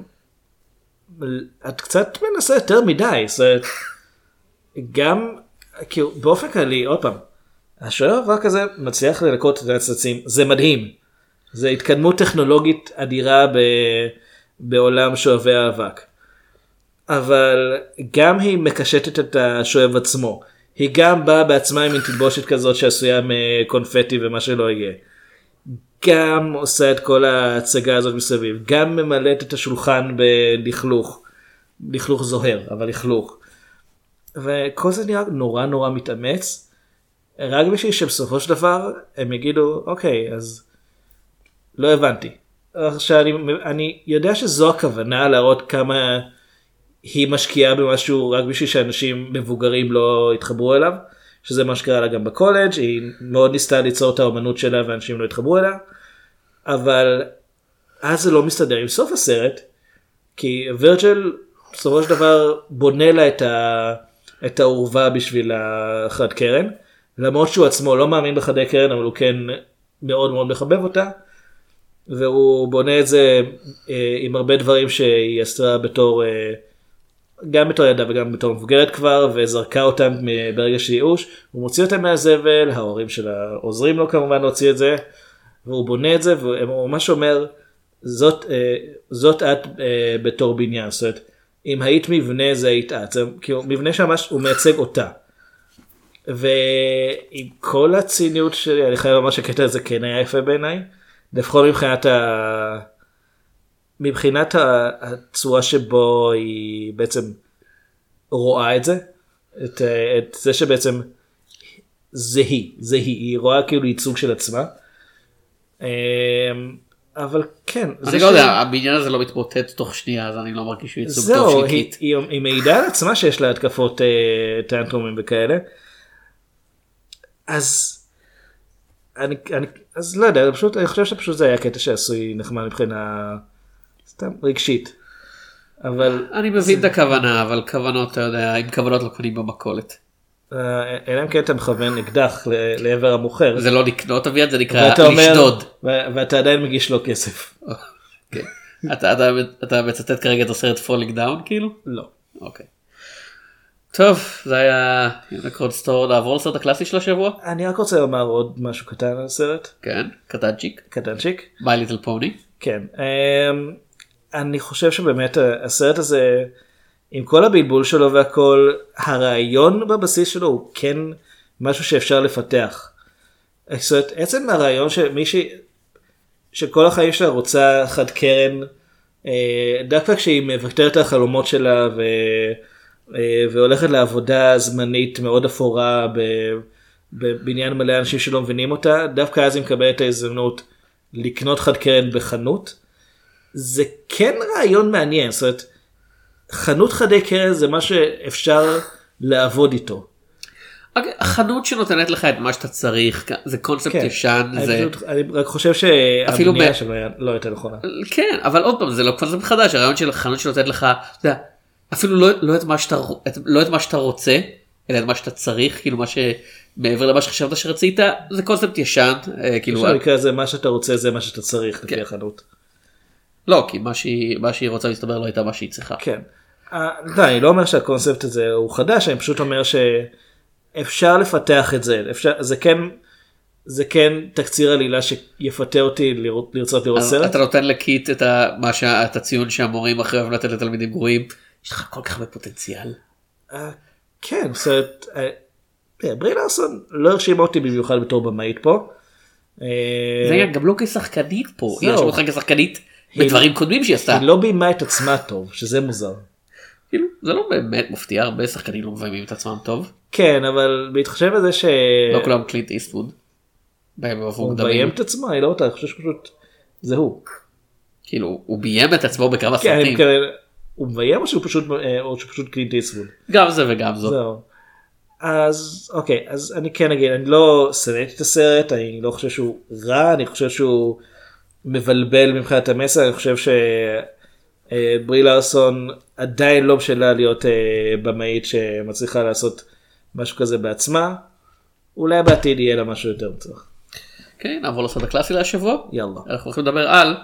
את קצת מנסה יותר מדי, זאת גם, כאילו, באופן כללי, עוד פעם, השוער אבק הזה מצליח ללקוט את הצנצים, זה מדהים, זה התקדמות טכנולוגית אדירה ב, בעולם שואבי האבק, אבל גם היא מקשטת את השואב עצמו, היא גם באה בעצמה עם תלבושת כזאת שעשויה מקונפטי ומה שלא יהיה, גם עושה את כל ההצגה הזאת מסביב, גם ממלאת את השולחן בלכלוך, לכלוך זוהר, אבל לכלוך, וכל זה נראה נורא נורא מתאמץ, רק בשביל שבסופו של דבר הם יגידו, אוקיי, אז לא הבנתי. עכשיו אני, אני יודע שזו הכוונה להראות כמה היא משקיעה במשהו רק בשביל שאנשים מבוגרים לא יתחברו אליו, שזה מה שקרה לה גם בקולג', היא מאוד ניסתה ליצור את האומנות שלה ואנשים לא יתחברו אליה, אבל אז זה לא מסתדר עם סוף הסרט, כי וירג'ל בסופו של דבר בונה לה את, ה, את העורבה בשביל החד קרן, למרות שהוא עצמו לא מאמין בחדי קרן, אבל הוא כן מאוד מאוד מחבב אותה, והוא בונה את זה אה, עם הרבה דברים שהיא עשתה בתור, אה, גם בתור ידה וגם בתור מבוגרת כבר, וזרקה אותם ברגע של ייאוש, הוא מוציא אותם מהזבל, ההורים שלה עוזרים לו כמובן להוציא את זה, והוא בונה את זה, והוא ממש אומר, זאת, אה, זאת את אה, בתור בניין, זאת אומרת, אם היית מבנה זה היית את, זה כאילו מבנה שממש הוא מייצג אותה. ועם כל הציניות שלי, אני חייב לומר שקטע הזה כן היה יפה בעיניי, לפחות מבחינת, ה... מבחינת הצורה שבו היא בעצם רואה את זה, את, את זה שבעצם זה היא, זה היא, היא רואה כאילו ייצוג של עצמה. אבל כן. אני לא יודע, הבניין הזה לא מתמוטט תוך שנייה, אז אני לא מרגיש שהוא ייצוג טוב של קיט. היא, היא מעידה על עצמה שיש לה התקפות טנטרומים וכאלה. אז אני, אני, אז לא יודע, פשוט, אני חושב שפשוט זה היה קטע שעשוי נחמד מבחינה סתם רגשית. אבל אני מבין את הכוונה, אבל כוונות, אתה יודע, עם כוונות לא קונים במכולת. אלא אם כן אתה מכוון אקדח לעבר המוכר. זה לא לקנות אביעד, זה נקרא לשדוד. ואתה עדיין מגיש לו כסף. אתה מצטט כרגע את הסרט פולינג דאון כאילו? לא. אוקיי. טוב, זה היה נקרוד סטור, לעבור לסרט הקלאסי של השבוע. אני רק רוצה לומר עוד משהו קטן על הסרט. כן, קטנצ'יק. קטנצ'יק. My Little Pony. כן. אני חושב שבאמת הסרט הזה, עם כל הבלבול שלו והכל, הרעיון בבסיס שלו הוא כן משהו שאפשר לפתח. זאת אומרת, עצם הרעיון שמישהי, שכל החיים שלה רוצה חד קרן, דווקא כשהיא מבקרת את החלומות שלה ו... והולכת לעבודה זמנית מאוד אפורה בבניין מלא אנשים שלא מבינים אותה, דווקא אז היא מקבלת את ההזדמנות לקנות חד קרן בחנות. זה כן רעיון מעניין, זאת אומרת, חנות חדי קרן זה מה שאפשר לעבוד איתו. החנות שנותנת לך את מה שאתה צריך, זה קונספט ישן. אני רק חושב שהבנייה שלו לא יותר נכונה. כן, אבל עוד פעם, זה לא קונספט חדש, הרעיון של חנות שנותנת לך, אתה יודע, אפילו לא, לא, את מה שאתה, את, לא את מה שאתה רוצה, אלא את מה שאתה צריך, כאילו מה שמעבר למה שחשבת שרצית, זה קונספט ישן. כאילו, במקרה הזה מה שאתה רוצה זה מה שאתה צריך, לפי החנות. לא, כי מה שהיא, מה שהיא רוצה להסתבר לא הייתה מה שהיא צריכה. כן. אני לא אומר שהקונספט הזה הוא חדש, אני פשוט אומר שאפשר לפתח את זה. אפשר, זה כן, זה כן תקציר עלילה שיפתה אותי לרצות לראות סרט. אתה נותן לקיט את, ה, מה שה, את הציון שהמורים אחרי אוהב לתת לתלמידים גרועים. יש לך כל כך הרבה פוטנציאל. כן, זאת אומרת, ברי לארסון לא הרשים אותי במיוחד בתור במאית פה. זה גם לא כשחקנית פה, היא הרשים אותך כשחקנית בדברים קודמים שהיא עשתה. היא לא בימה את עצמה טוב, שזה מוזר. כאילו, זה לא באמת מפתיע, הרבה שחקנים לא מביימים את עצמם טוב. כן, אבל בהתחשב בזה ש... לא כולם קלינט איסטווד. הוא מביים את עצמה, אני לא אותה, אני חושב שפשוט זה הוא. כאילו, הוא ביים את עצמו בכמה סרטים. הוא מביים או שהוא פשוט, או שהוא פשוט קלינט איסטווד? גם זה וגם זאת. זהו. אז אוקיי, אז אני כן אגיד, אני לא שנאתי את הסרט, אני לא חושב שהוא רע, אני חושב שהוא מבלבל מבחינת המסר, אני חושב שברי לארסון עדיין לא בשלה להיות במאית שמצליחה לעשות משהו כזה בעצמה, אולי בעתיד יהיה לה משהו יותר מצליח. כן, נעבור לסרט הקלאסי להשבוע. יאללה. אנחנו הולכים לדבר על...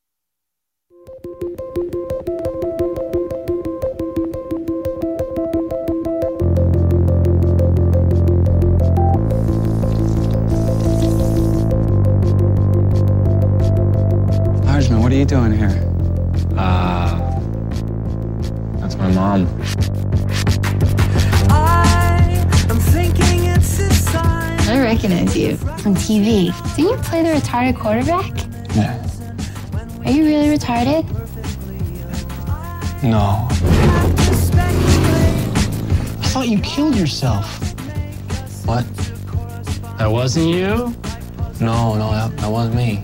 What are you doing here? Uh, that's my mom. I am thinking it's a sign. I recognize you from T V. Do you play the retarded quarterback? Yeah. Are you really retarded? No. I thought you killed yourself. What? That wasn't you? No, no, that, that wasn't me.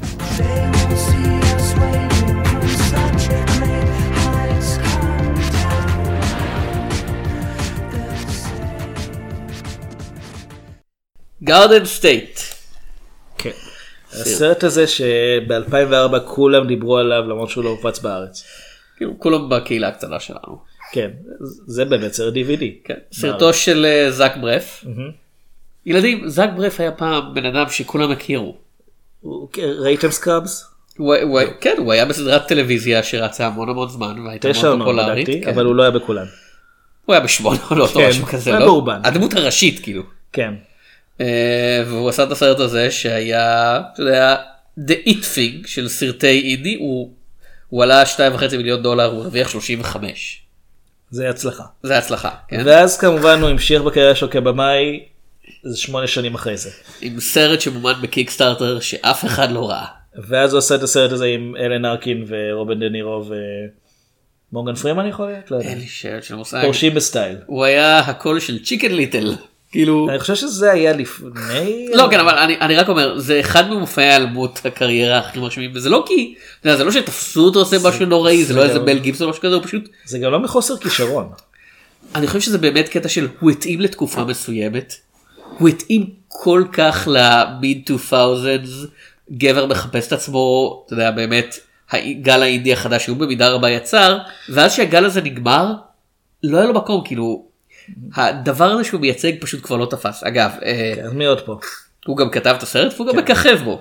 גארדן סטייט. כן. הסרט הזה שב-אלפיים וארבע כולם דיברו עליו למרות שהוא לא הופץ בארץ. כאילו כולם בקהילה הקטנה שלנו. כן, זה באמת סרט די וי די. סרטו של זאק ברף. ילדים, זאק ברף היה פעם בן אדם שכולם הכירו. ראיתם סקראבס? כן, הוא היה בסדרת טלוויזיה שרצה המון המון זמן והייתה מאוד פופולרית. אבל הוא לא היה בכולן. הוא היה בשמונה או לא, משהו כזה, לא? באורבן. הדמות הראשית כאילו. כן. והוא עשה את הסרט הזה שהיה, אתה יודע, The It Thing של סרטי אינדי, הוא עלה שתיים וחצי מיליון דולר, הוא הרוויח שלושים וחמש. זה הצלחה. זה הצלחה, כן. ואז כמובן הוא המשיך בקריירה שלו כבמאי, זה שמונה שנים אחרי זה. עם סרט שמומן בקיקסטארטר שאף אחד לא ראה. ואז הוא עשה את הסרט הזה עם אלן ארקין ורובן דה נירו ומורגן פרימן יכול להיות? לא יודע. אין לי שאלה של מושג. פורשים בסטייל. הוא היה הקול של צ'יקן ליטל. כאילו... אני חושב שזה היה לפני... לא, כן, אבל אני, אני רק אומר, זה אחד ממופעי האלמות הקריירה הכי מרשימים, וזה לא כי, זה לא שתפסו אותו עושה משהו נוראי, זה לא איזה בל גיבסון או משהו כזה, הוא פשוט... זה גם לא מחוסר כישרון. אני חושב שזה באמת קטע של הוא התאים לתקופה מסוימת, הוא התאים כל כך ל-mid two thousands, גבר מחפש את עצמו, אתה יודע, באמת, הגל האינדי החדש שהוא במידה רבה יצר, ואז שהגל הזה נגמר, לא היה לו מקום, כאילו, הדבר הזה שהוא מייצג פשוט כבר לא תפס. אגב, אז מי עוד פה? הוא גם כתב את הסרט והוא גם מככב בו.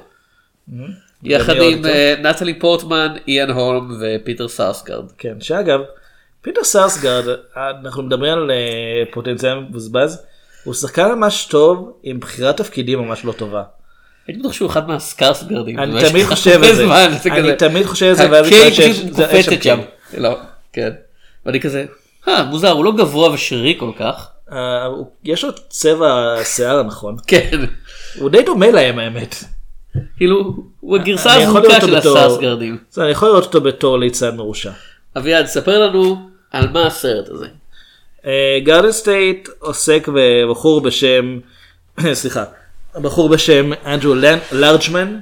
יחד עם נטלי פורטמן, איאן הולם ופיטר סארסגארד. כן, שאגב, פיטר סארסגארד, אנחנו מדברים על פוטנציאל מבוזבז, הוא שחקן ממש טוב עם בחירת תפקידים ממש לא טובה. הייתי בטוח שהוא אחד מהסקארסגארדים. אני תמיד חושב את זה. אני תמיד חושב את זה. הקייק קופצת שם. לא, כן. ואני כזה... אה, מוזר, הוא לא גבוה ושרירי כל כך. יש לו צבע שיער נכון. כן. הוא די דומה להם האמת. כאילו, הוא הגרסה הזרוקה של הסארסגרדים. אני יכול לראות אותו בתור ליצן מרושע. אביעד, ספר לנו על מה הסרט הזה. גארדן סטייט עוסק בבחור בשם, סליחה, בחור בשם אנדרו לארג'מן,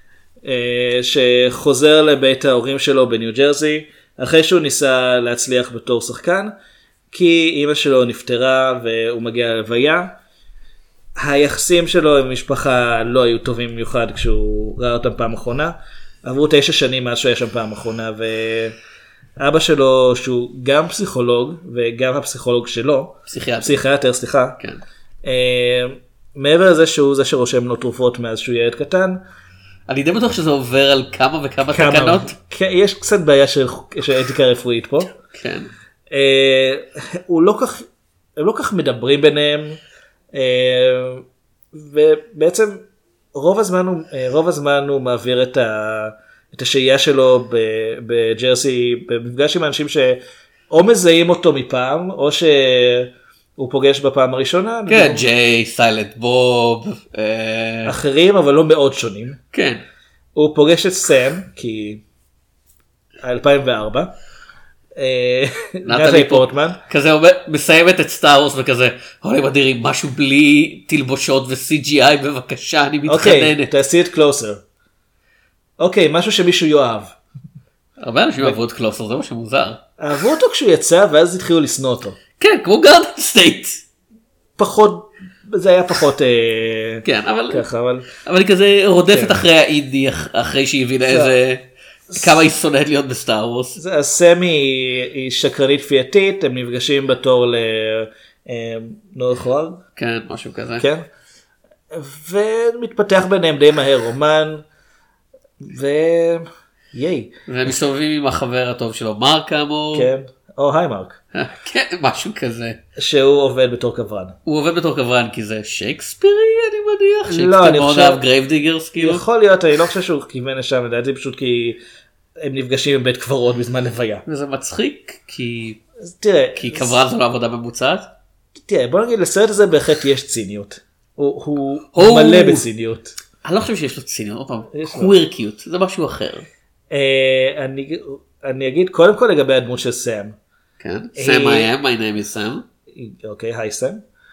שחוזר לבית ההורים שלו בניו ג'רזי, אחרי שהוא ניסה להצליח בתור שחקן, כי אמא שלו נפטרה והוא מגיע ללוויה. היחסים שלו עם משפחה לא היו טובים במיוחד כשהוא ראה אותם פעם אחרונה. עברו תשע שנים מאז שהוא היה שם פעם אחרונה, ואבא שלו שהוא גם פסיכולוג וגם הפסיכולוג שלו, פסיכיאטר, פסיכיאטר סליחה. כן. אה, מעבר לזה שהוא זה שרושם לו תרופות מאז שהוא ילד קטן. אני די בטוח שזה עובר על כמה וכמה תקנות. יש קצת בעיה של אתיקה רפואית פה. כן. הוא לא כך, הם לא כך מדברים ביניהם, ובעצם רוב הזמן הוא, רוב הזמן הוא מעביר את ה, את השהייה שלו בג'רסי, במפגש עם אנשים שאו מזהים אותו מפעם, או שהוא פוגש בפעם הראשונה. כן, ג'יי, סיילנט בוב. אחרים, אבל לא מאוד שונים. כן. הוא פוגש את סם, כי אלפיים וארבע. נטלי פורטמן. כזה מסיימת את סטאר וורס וכזה, אוי מדהים, משהו בלי תלבושות ו-סי ג'י איי, בבקשה, אני מתחננת. אוקיי, תעשי את קלוסר. אוקיי, משהו שמישהו יאהב. הרבה אנשים אהבו את קלוסר, זה מה שמוזר. אהבו אותו כשהוא יצא, ואז התחילו לשנוא אותו. כן, כמו גארדן סטייט. פחות, זה היה פחות כן, אבל ככה, אבל אבל היא כזה רודפת אחרי האינדי, אחרי שהיא הבינה איזה כמה היא שונאת להיות בסטאר וורס. סם היא שקרנית כפייתית, הם נפגשים בתור לנורך הורג. כן, משהו כזה. כן. ומתפתח ביניהם די מהר רומן, וייי. והם מסתובבים עם החבר הטוב שלו, מרק כאמור. כן, או היי מרק. כן, משהו כזה. שהוא עובד בתור קברן. הוא עובד בתור קברן כי זה שייקספירי, אני מניח. שייקספיר מאוד אהב גרייב דיגרס כאילו. יכול להיות, אני לא חושב שהוא כיוון לשם, לדעתי פשוט כי הם נפגשים בבית קברות בזמן לוויה. וזה מצחיק כי תראה, כי קברן זו לא עבודה ממוצעת. תראה, בוא נגיד, לסרט הזה בהחלט יש ציניות. הוא מלא בציניות. אני לא חושב שיש לו ציניות, קווירקיות, זה משהו אחר. אני אגיד קודם כל לגבי הדמות של סם. כן, Sam I am, my name is Sam. אוקיי, היי סם.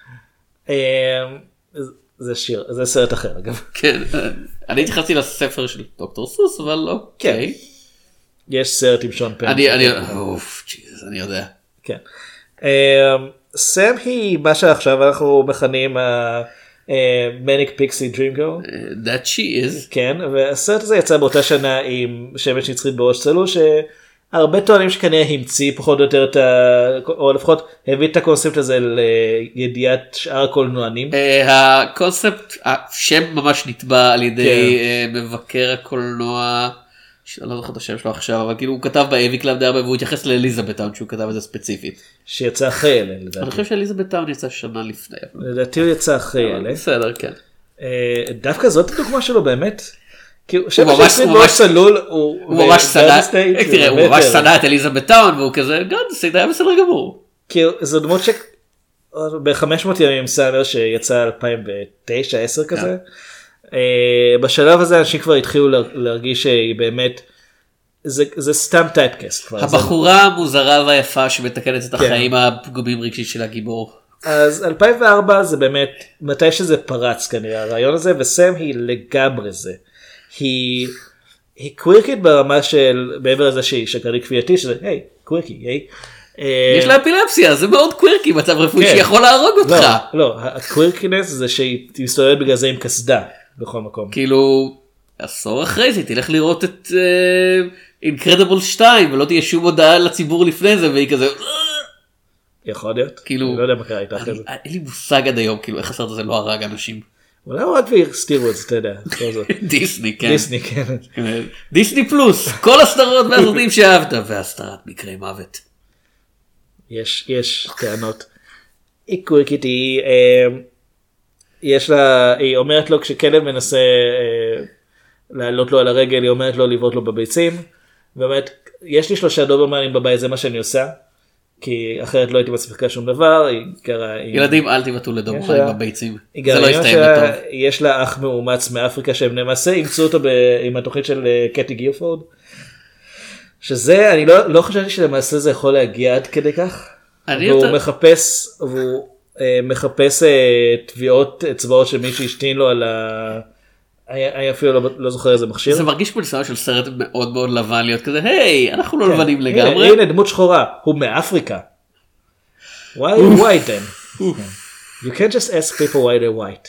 זה שיר, זה סרט אחר אגב. כן, אני התייחסתי לספר של דוקטור סוס, אבל לא. כן. יש סרט עם שון פן. אני, אני, אוף, ג'יז, אני יודע. כן. סם היא מה שעכשיו אנחנו מכנים מניק פיקסי דרים גרל. That she is. כן, והסרט הזה יצא באותה שנה עם שמש נצחית בראש צלול, הרבה טוענים שכנראה המציא פחות או יותר את ה... או לפחות הביא את הקונספט הזה לידיעת שאר הקולנוענים. הקונספט, השם ממש נתבע על ידי מבקר הקולנוע, אני לא זוכר את השם שלו עכשיו, אבל כאילו הוא כתב באבי קלאב די הרבה, והוא התייחס לאליזבת טאון שהוא כתב את זה ספציפית. שיצא אחרי אלה, לדעתי. אני חושב שאליזבת טאון יצא שנה לפני. לדעתי הוא יצא אחרי אלה. בסדר, כן. דווקא זאת הדוגמה שלו באמת. הוא ממש שנא את אליזבת טאון והוא כזה, גן, זה היה בסדר גמור. זו דמות ב-חמש מאות ימים סאמר שיצא אלפיים ותשע עשר כזה. בשלב הזה אנשים כבר התחילו להרגיש שהיא באמת, זה סתם טייפקאסט. הבחורה המוזרה והיפה שמתקנת את החיים הפגומים רגשית של הגיבור. אז אלפיים וארבע זה באמת מתי שזה פרץ כנראה הרעיון הזה, וסם היא לגמרי זה. היא היא קווירקית ברמה של מעבר לזה שהיא שקרנית כפייתי, שזה היי קווירקי היי. יש לה אפילפסיה, זה מאוד קווירקי, מצב רפואי שיכול להרוג אותך. לא, לא, הקווירקינס זה שהיא מסתובבת בגלל זה עם קסדה בכל מקום. כאילו עשור אחרי זה תלך לראות את אינקרדיבול שתיים ולא תהיה שום הודעה לציבור לפני זה והיא כזה יכול להיות, כאילו אני לא יודע מה קרה איתה אחרי זה. אין לי מושג עד היום כאילו איך הסרט הזה לא הרג אנשים. אולי הוא רק והסתירו את זה, אתה יודע. דיסני, כן. דיסני, כן. דיסני פלוס, כל הסדרות והסרטים שאהבת, והסתרת מקרי מוות. יש, יש טענות. היא קוויקית, היא, יש לה, היא אומרת לו כשכלב מנסה לעלות לו על הרגל, היא אומרת לו לבעוט לו בביצים, ואומרת, יש לי שלושה דוברמנים בבית, זה מה שאני עושה. כי אחרת לא הייתי מצליחה שום דבר. ילדים אל תבעטו לדוברמנים בביצים, זה לא יסתיים לטוב. יש לה אח מאומץ מאפריקה שהם למעשה אימצו אותו עם התוכנית של קטי גירפורד, שזה אני לא לא חשבתי שלמעשה זה יכול להגיע עד כדי כך. והוא מחפש והוא מחפש תביעות אצבעות של מי שהשתין לו על ה... אני אפילו לא, לא זוכר איזה מכשיר. זה מרגיש פה ניסיון של סרט מאוד מאוד לבן להיות כזה, היי, אנחנו לא לבנים לגמרי. הנה דמות שחורה, הוא מאפריקה. Why are you white then? You can't just ask people why they're white.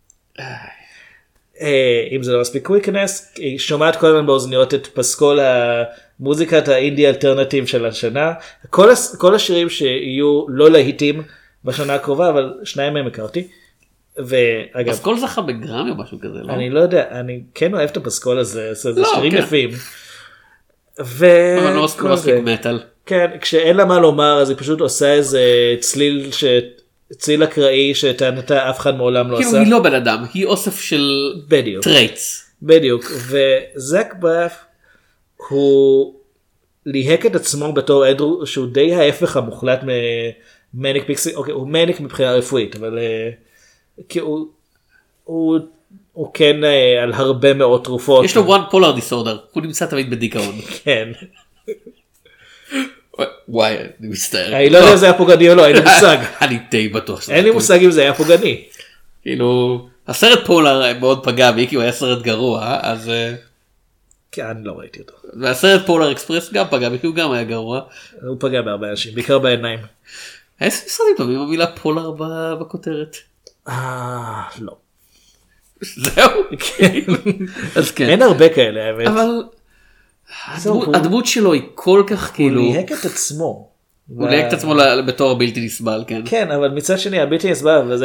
אם זה לא מספיק קוויקנס, היא שומעת כל הזמן באוזניות את פסקול המוזיקת האינדי אלטרנטיב של השנה. כל השירים שיהיו לא להיטים בשנה הקרובה, אבל שניים מהם הכרתי. ואגב, פסקול זכה בגרמי או משהו כזה, לא? אני לא יודע, אני כן אוהב את הפסקול הזה, זה שירים יפים. אבל לא מספיק מטל. כן, כשאין לה מה לומר, אז היא פשוט עושה איזה צליל, צליל אקראי שטענתה אף אחד מעולם לא עשה. כאילו היא לא בן אדם, היא אוסף של טרייטס. בדיוק, וזק באף הוא ליהק את עצמו בתור אנדרו, שהוא די ההפך המוחלט ממניק פיקסי, אוקיי, הוא מניק מבחינה רפואית, אבל... כי הוא, הוא, הוא כן על הרבה מאוד תרופות. יש לו one polar disorder, הוא נמצא תמיד בדיכאון. כן. וואי, אני מצטער. אני לא יודע אם זה היה פוגעני או לא, אין לי מושג. אני די בטוח. אין לי מושג אם זה היה פוגעני. כאילו, הסרט פולר מאוד פגע בי, כי הוא היה סרט גרוע, אז... כן, אני לא ראיתי אותו. והסרט פולר אקספרס גם פגע בי, כי הוא גם היה גרוע. הוא פגע בהרבה אנשים, בעיקר בעיניים. איזה סרטים טובים המילה פולר בכותרת? אה, לא. זהו? אז כן. אין הרבה כאלה, האמת. אבל הדמות שלו היא כל כך כאילו... הוא ליהק את עצמו. הוא ליהק את עצמו בתור בלתי נסבל, כן. כן, אבל מצד שני, הבלתי נסבל, וזה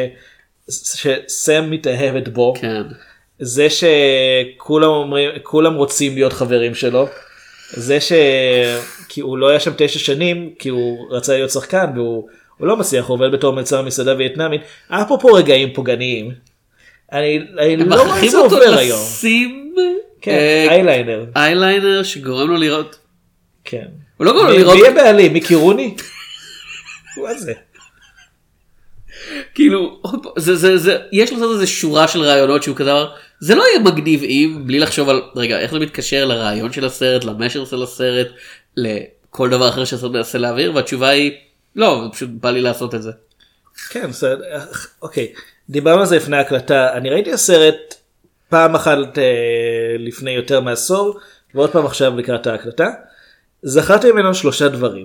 שסם מתאהבת בו, זה שכולם אומרים, כולם רוצים להיות חברים שלו, זה ש... כי הוא לא היה שם תשע שנים, כי הוא רצה להיות שחקן, והוא... הוא לא מצליח, הוא עובד בתור מלצר מסעדה וייטנאמית. אפרופו רגעים פוגעניים, אני לא רואה את זה עובר היום. הם מכריחים אותו לשים אייליינר. אייליינר שגורם לו לראות. כן. הוא לא גורם לו לראות. מי יהיה בעלים? מי קירוני? מה זה? כאילו, יש לו איזה שורה של רעיונות שהוא כזה, זה לא יהיה מגניב אם, בלי לחשוב על, רגע, איך זה מתקשר לרעיון של הסרט, למשר של הסרט, לכל דבר אחר שהסרט מנסה להעביר, והתשובה היא, לא, פשוט בא לי לעשות את זה. כן, אוקיי. דיברנו על זה לפני הקלטה. אני ראיתי הסרט פעם אחת לפני יותר מעשור, ועוד פעם עכשיו לקראת ההקלטה. זכרתי ממנו שלושה דברים.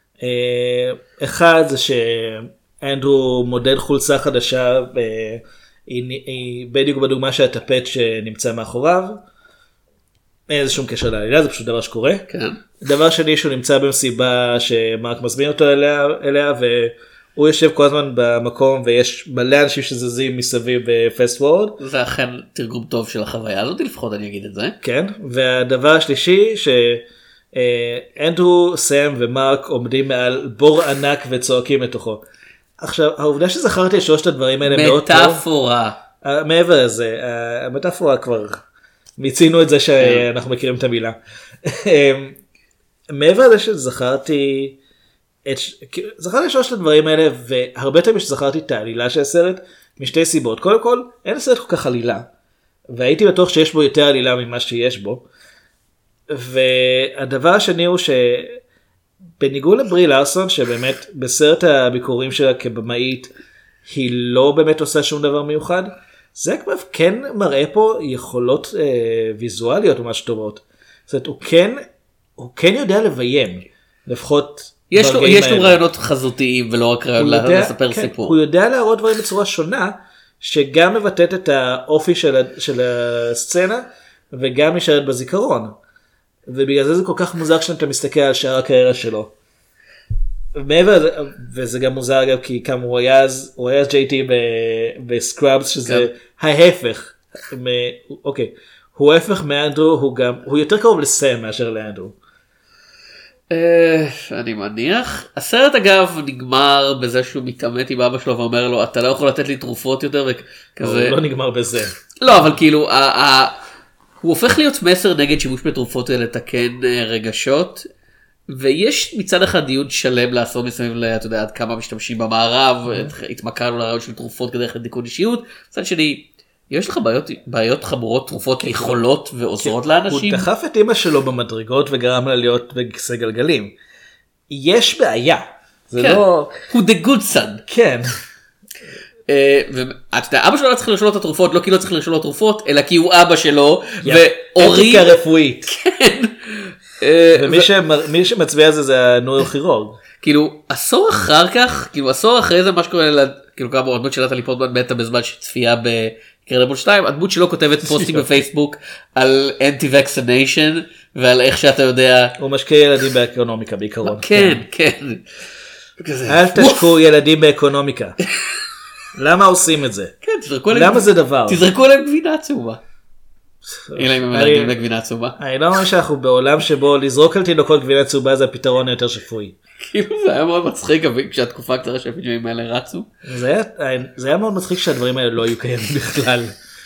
אחד זה שאנדרו מודד חולצה חדשה, היא בדיוק בדוגמה של הטפט שנמצא מאחוריו. אין איזה שום קשר לעלילה, זה פשוט דבר שקורה. כן. דבר שני שהוא נמצא במסיבה שמרק מזמין אותו אליה, אליה והוא יושב כל הזמן במקום ויש מלא אנשים שזזים מסביב בפסט וורד. זה אכן תרגום טוב של החוויה הזאת, לפחות אני אגיד את זה. כן, והדבר השלישי שאנדרו, סם ומרק עומדים מעל בור ענק וצועקים לתוכו. עכשיו העובדה שזכרתי את שלושת הדברים האלה מאוד טוב. מטאפורה. מעבר לזה, המטאפורה כבר מיצינו את זה שאנחנו מכירים את המילה. מעבר לזה שזכרתי את, זכרתי שלושת הדברים האלה, והרבה פעמים שזכרתי את העלילה של הסרט, משתי סיבות. קודם כל, אין הסרט כל כך עלילה, והייתי בטוח שיש בו יותר עלילה ממה שיש בו. והדבר השני הוא שבניגוד לברי לארסון, שבאמת בסרט הביקורים שלה כבמאית, היא לא באמת עושה שום דבר מיוחד, זק ברף כן מראה פה יכולות אה, ויזואליות ממש טובות. זאת אומרת, הוא כן, הוא כן יודע לביים, לפחות יש לו, יש לו רעיונות חזותיים ולא רק רעיון יודע, לספר כן, סיפור. הוא יודע להראות דברים בצורה שונה, שגם מבטאת את האופי של, של הסצנה, וגם נשארת בזיכרון. ובגלל זה זה כל כך מוזר כשאתה מסתכל על שאר הקריירה שלו. מעבר לזה, וזה גם מוזר אגב, כי כמה הוא היה אז, הוא היה אז ג'יי טי בסקראבס, שזה ההפך. אוקיי, הוא ההפך מאנדרו, הוא גם, הוא יותר קרוב לסם מאשר לאנדרו. אני מניח. הסרט אגב נגמר בזה שהוא מתעמת עם אבא שלו ואומר לו, אתה לא יכול לתת לי תרופות יותר וכזה. הוא לא נגמר בזה. לא, אבל כאילו, הוא הופך להיות מסר נגד שימוש בתרופות כדי לתקן רגשות. ויש מצד אחד דיון שלם לעשות מסביב ל, אתה יודע, עד כמה משתמשים במערב, התמכרנו לרעיון של תרופות כדי לתיקון אישיות. מצד שני, יש לך בעיות, בעיות חמורות, תרופות יכולות ועוזרות לאנשים. הוא דחף את אמא שלו במדרגות וגרם לה להיות בכיסא גלגלים. יש בעיה. זה לא... הוא the good son. כן. ואתה יודע, אבא שלו לא צריך לשאול את התרופות, לא כי לא צריך לשאול את התרופות, אלא כי הוא אבא שלו, והורים... אתיקה רפואית. כן. ומי שמצביע זה זה הנוירוכירורג. כאילו עשור אחר כך, כאילו עשור אחרי זה מה שקורה, כאילו כמה הדמות של נטלי פורטמן מתה בזמן שצפייה בקרדיבול שתיים, הדמות שלו כותבת פוסטים בפייסבוק על אנטי וקסיניישן ועל איך שאתה יודע. הוא משקיע ילדים באקונומיקה בעיקרון. כן, כן. אל תשקו ילדים באקונומיקה. למה עושים את זה? למה זה דבר? תזרקו עליהם גבינה צהובה. אלא אם הם מלגים לגבינה צהובה. אני לא אומר שאנחנו בעולם שבו לזרוק על תינוקות גבינה צהובה זה הפתרון היותר שפוי. כאילו זה היה מאוד מצחיק כשהתקופה הקצרה שהפיג'מים האלה רצו. זה היה מאוד מצחיק שהדברים האלה לא היו קיימים בכלל.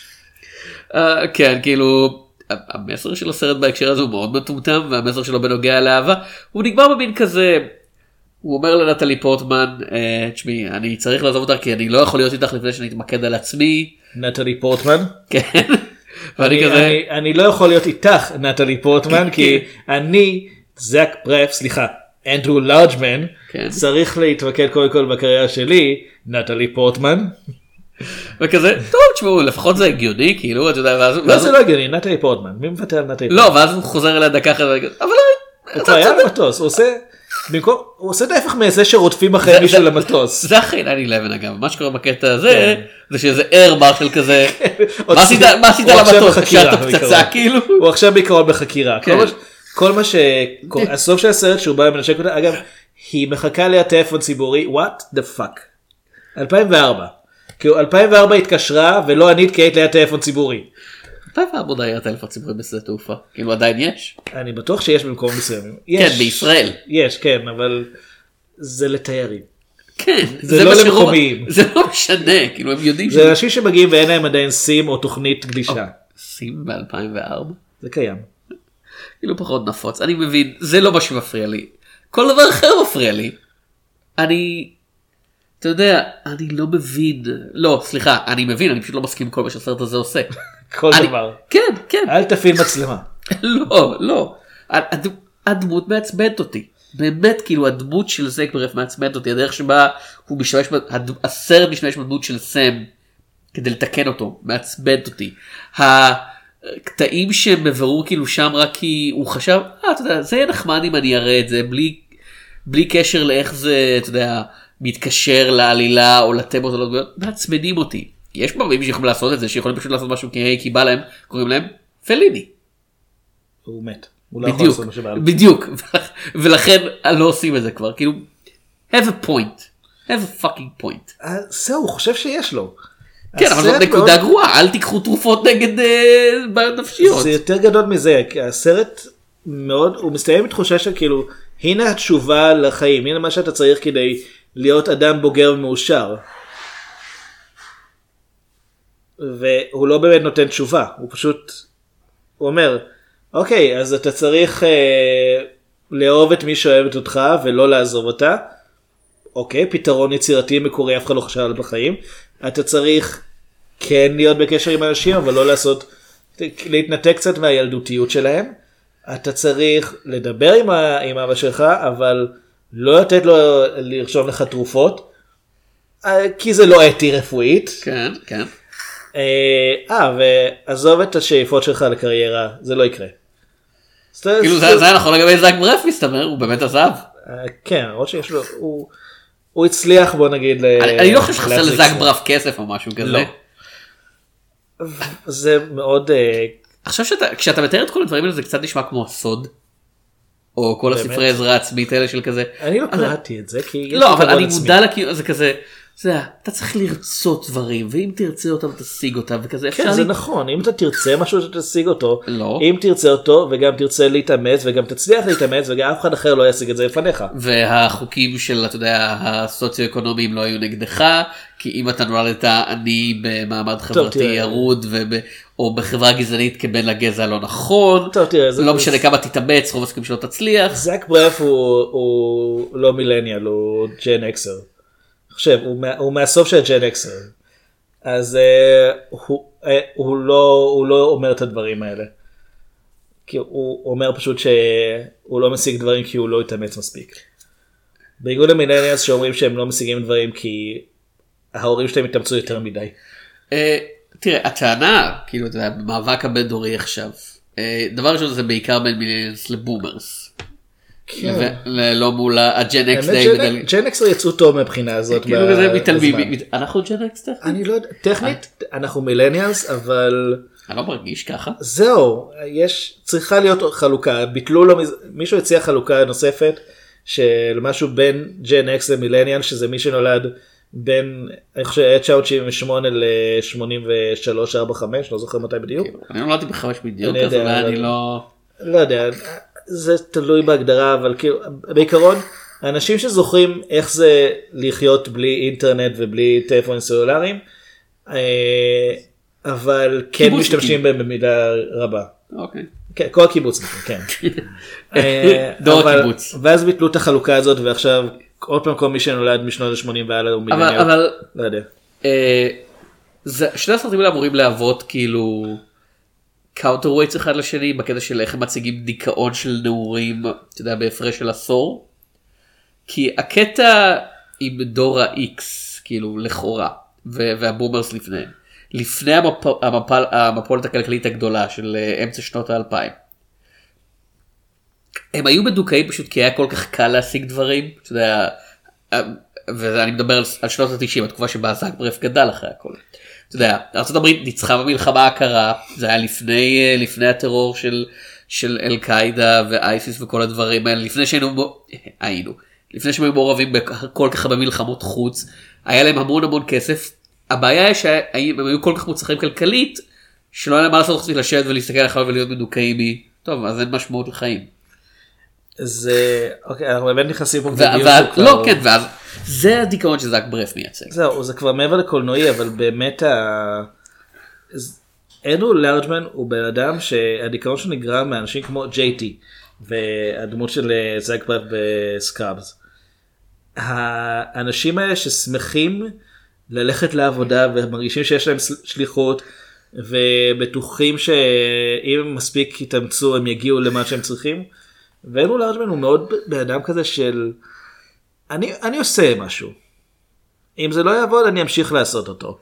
כן, כאילו המסר של הסרט בהקשר הזה הוא מאוד מטומטם, והמסר שלו בנוגע לאהבה הוא נגמר במין כזה. הוא אומר לנטלי פורטמן, תשמעי, אני צריך לעזוב אותה כי אני לא יכול להיות איתך לפני שאני אתמקד על עצמי. נטלי פורטמן? כן. אני, כזה... אני, אני לא יכול להיות איתך נטלי פורטמן כי אני זק ברף, סליחה, אנדרו לארג'מן, כן. צריך להתמקד קודם כל בקריירה שלי, נטלי פורטמן. וכזה, טוב, תשמעו, לפחות זה הגיוני, כאילו, אתה יודע, ואז... לא, זה לא הגיוני, נטלי פורטמן, מי מוותר על נטלי פורטמן? לא, ואז הוא חוזר אליה דקה אחת, אבל... הוא היה למטוס, הוא עושה... במקום, הוא עושה את ההפך מזה שרודפים אחרי מישהו למטוס. זה אחרי נאין אלוון אגב, מה שקורה בקטע הזה, זה שזה אייר מרשל כזה, מה עשית למטוס, השארת פצצה כאילו. הוא עכשיו בעיקרון בחקירה. כל מה ש... הסוף של הסרט שהוא בא ומנשק אותה, אגב, היא מחכה לה טלפון ציבורי, what the fuck. אלפיים וארבע. כאילו אלפיים וארבע התקשרה ולא ענית כי היית לה טלפון ציבורי. אתה ועבוד היה טלפון ציבורי בשדה תעופה, כאילו עדיין יש. אני בטוח שיש במקום מסוימים. כן, בישראל. יש, כן, אבל זה לתיירים. כן. זה לא למקומיים. זה לא משנה, כאילו הם יודעים. זה אנשים שמגיעים ואין להם עדיין סים או תוכנית גלישה. סים ב-אלפיים וארבע? זה קיים. כאילו פחות נפוץ, אני מבין, זה לא מה שמפריע לי. כל דבר אחר מפריע לי. אני... אתה יודע, אני לא מבין, לא, סליחה, אני מבין, אני פשוט לא מסכים עם כל מה שהסרט הזה עושה. כל דבר. כן, כן. אל תפעיל מצלמה. לא, לא. הדמות מעצבנת אותי. באמת, כאילו, הדמות של זק ברף מעצבנת אותי. הדרך שבה הוא משתמש, הסרט משתמש בדמות של סם, כדי לתקן אותו, מעצבנת אותי. הקטעים שמברו כאילו שם רק כי הוא חשב, אה, אתה יודע, זה יהיה נחמד אם אני אראה את זה, בלי, בלי קשר לאיך זה, אתה יודע, מתקשר לעלילה או לתמות או לא דמויות, מעצבנים אותי. יש פעמים שיכולים לעשות את זה, שיכולים פשוט לעשות משהו כי, כי בא להם, קוראים להם פליני. הוא מת. הוא לא יכול בדיוק, לעשות מה שבא לו. בדיוק, ולכן לא עושים את זה כבר, כאילו, have a point, have a fucking point. אה, זהו, הוא חושב שיש לו. כן, אבל זאת הסרט נקודה מאוד- גרועה, אל תיקחו תרופות נגד אה, בעיות נפשיות. זה יותר גדול מזה, כי הסרט מאוד, הוא מסתיים בתחושה של כאילו, הנה התשובה לחיים, הנה מה שאתה צריך כדי להיות אדם בוגר ומאושר. והוא לא באמת נותן תשובה, הוא פשוט, הוא אומר, אוקיי, אז אתה צריך אה, לאהוב את מי שאוהבת אותך ולא לעזוב אותה. אוקיי, פתרון יצירתי מקורי, אף אחד לא חשב עליו בחיים. אתה צריך כן להיות בקשר עם אנשים, אבל לא לעשות, להתנתק קצת מהילדותיות שלהם. אתה צריך לדבר עם, ה, עם אבא שלך, אבל לא לתת לו לרשום לך תרופות, אה, כי זה לא אתי רפואית. כן, כן. אה, ועזוב את השאיפות שלך לקריירה, זה לא יקרה. כאילו זה היה נכון לגבי זאק ברף מסתבר, הוא באמת עזב. כן, עוד שיש לו, הוא הצליח בוא נגיד. אני לא חושב שחסר לזאק ברף כסף או משהו כזה. לא. זה מאוד... עכשיו כשאתה מתאר את כל הדברים האלה זה קצת נשמע כמו הסוד. או כל הספרי עזרה עצמית האלה של כזה. אני לא קראתי את זה כי... לא, אבל אני מודע לכאילו, זה כזה, זה, אתה צריך לרצות דברים, ואם תרצה אותם תשיג אותם, וכזה אפשר... כן, זה נכון, אם אתה תרצה משהו אתה תשיג אותו, לא. אם תרצה אותו, וגם תרצה להתאמץ, וגם תצליח להתאמץ, וגם אף אחד אחר לא ישיג את זה לפניך. והחוקים של, אתה יודע, הסוציו-אקונומיים לא היו נגדך, כי אם אתה נולדת עני במעמד חברתי ירוד, או בחברה גזענית כבן לגזע לא נכון, לא משנה כמה תתאמץ, רוב הסיכויים שלא תצליח. זאק ברף הוא לא מילניאל, הוא ג'ן אקסר. חושב, הוא, הוא מהסוף של ג'ן אקסר. אז uh, הוא, uh, הוא, לא, הוא לא אומר את הדברים האלה. כי הוא אומר פשוט שהוא לא משיג דברים כי הוא לא יתאמץ מספיק. בניגוד למילניאלס שאומרים שהם לא משיגים דברים כי ההורים שלהם יתאמצו יותר מדי. Uh, תראה, הטענה, כאילו, אתה יודע, במאבק הבין דורי עכשיו, uh, דבר ראשון זה בעיקר בין מילניאלס לבומרס. לא מול הג'ן אקס די. ג'ן אקסר יצאו טוב מבחינה הזאת. כאילו כזה מתעלמים. אנחנו ג'ן אקס טכנית? אני לא יודע, טכנית אנחנו מילניאלס אבל... אני לא מרגיש ככה. זהו, יש, צריכה להיות חלוקה, ביטלו לו, מישהו הציע חלוקה נוספת של משהו בין ג'ן אקס למילניאל, שזה מי שנולד בין, אני חושב, אלף תשע מאות שבעים ושמונה ל-שמונים ושלוש ארבעים וחמש, לא זוכר מתי בדיוק. אני נולדתי בחמש בדיוק, אז אולי אני לא... לא יודע, זה תלוי בהגדרה, אבל כאילו, בעיקרון, האנשים שזוכרים איך זה לחיות בלי אינטרנט ובלי טלפונים סלולריים, אבל כן משתמשים בהם במידה רבה. אוקיי. כן, כל הקיבוצניקים, כן. דור הקיבוץ. ואז ביטלו את החלוקה הזאת, ועכשיו עוד פעם כל מי שנולד משנות ה-שמונים והלאה הוא מיליונר. אבל, לא יודע. שני הסרטים האלה אמורים להוות כאילו קאונטר ווייטס אחד לשני, בקטע של איך הם מציגים דיכאון של נעורים, אתה יודע, בהפרש של עשור. כי הקטע עם דור ה-X, כאילו לכאורה, והבומרס לפניהם. לפני המפולת הכלכלית הגדולה של אמצע שנות האלפיים. הם היו מדוכאים פשוט כי היה כל כך קל להשיג דברים, אתה יודע, ואני מדבר על שנות ה-תשעים, התקופה שבה זאק ברף גדל אחרי הכל. אתה יודע, ארצות הברית ניצחה במלחמה הקרה, זה היה לפני, לפני הטרור של, של אל-קאידה ואייסיס וכל הדברים האלה, לפני שהיינו, היינו, לפני שהם היו מעורבים בכל כך הרבה מלחמות חוץ, היה להם המון המון כסף, הבעיה היא שהם היו כל כך מוצלחים כלכלית, שלא היה להם מה לעשות חוץ מלשבת ולהסתכל עליו ולהיות מדוכאים מי, טוב, אז אין משמעות לחיים. זה, אוקיי, אנחנו באמת נכנסים פה בדיוק. לא, כן, ואז זה הדיכאון שזאק ברף מייצג. זהו, זה כבר מעבר לקולנועי, אבל באמת אדוארד לארג'מן הוא בן אדם שהדיכאון שלו נגרם מאנשים כמו ג'יי טי, והדמות של זאק ברף בסקראבס. האנשים האלה ששמחים ללכת לעבודה ומרגישים שיש להם שליחות ובטוחים שאם הם מספיק יתאמצו הם יגיעו למה שהם צריכים. ואדוארד לארג'מן הוא מאוד באדם כזה של אני, אני עושה משהו, אם זה לא יעבוד אני אמשיך לעשות אותו,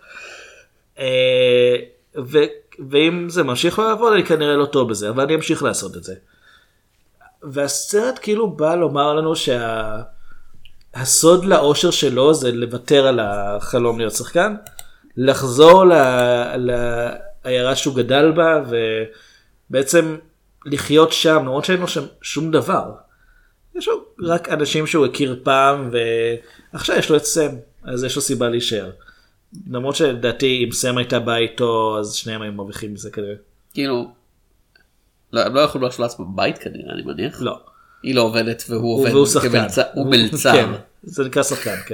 ו, ואם זה ממשיך לא יעבוד אני כנראה לא טוב בזה, אבל אני אמשיך לעשות את זה. והסרט כאילו בא לומר לנו שה הסוד לאושר שלו זה לוותר על החלום להיות שחקן, לחזור לעיירה שהוא גדל בה, ובעצם לחיות שם, למרות שאין לו שם שום דבר. יש לו רק אנשים שהוא הכיר פעם, ועכשיו יש לו את סם, אז יש לו סיבה להישאר. למרות שלדעתי אם סם הייתה באה איתו, אז שניהם היו מרוויחים מזה כנראה. כאילו, לא, הם לא יכולו לשלו לעצמם בית כנראה, אני מניח. לא. היא לא עובדת והוא עובד והוא שחקן. כמלצר. הוא מלצר. כן, זה נקרא שחקן, כן.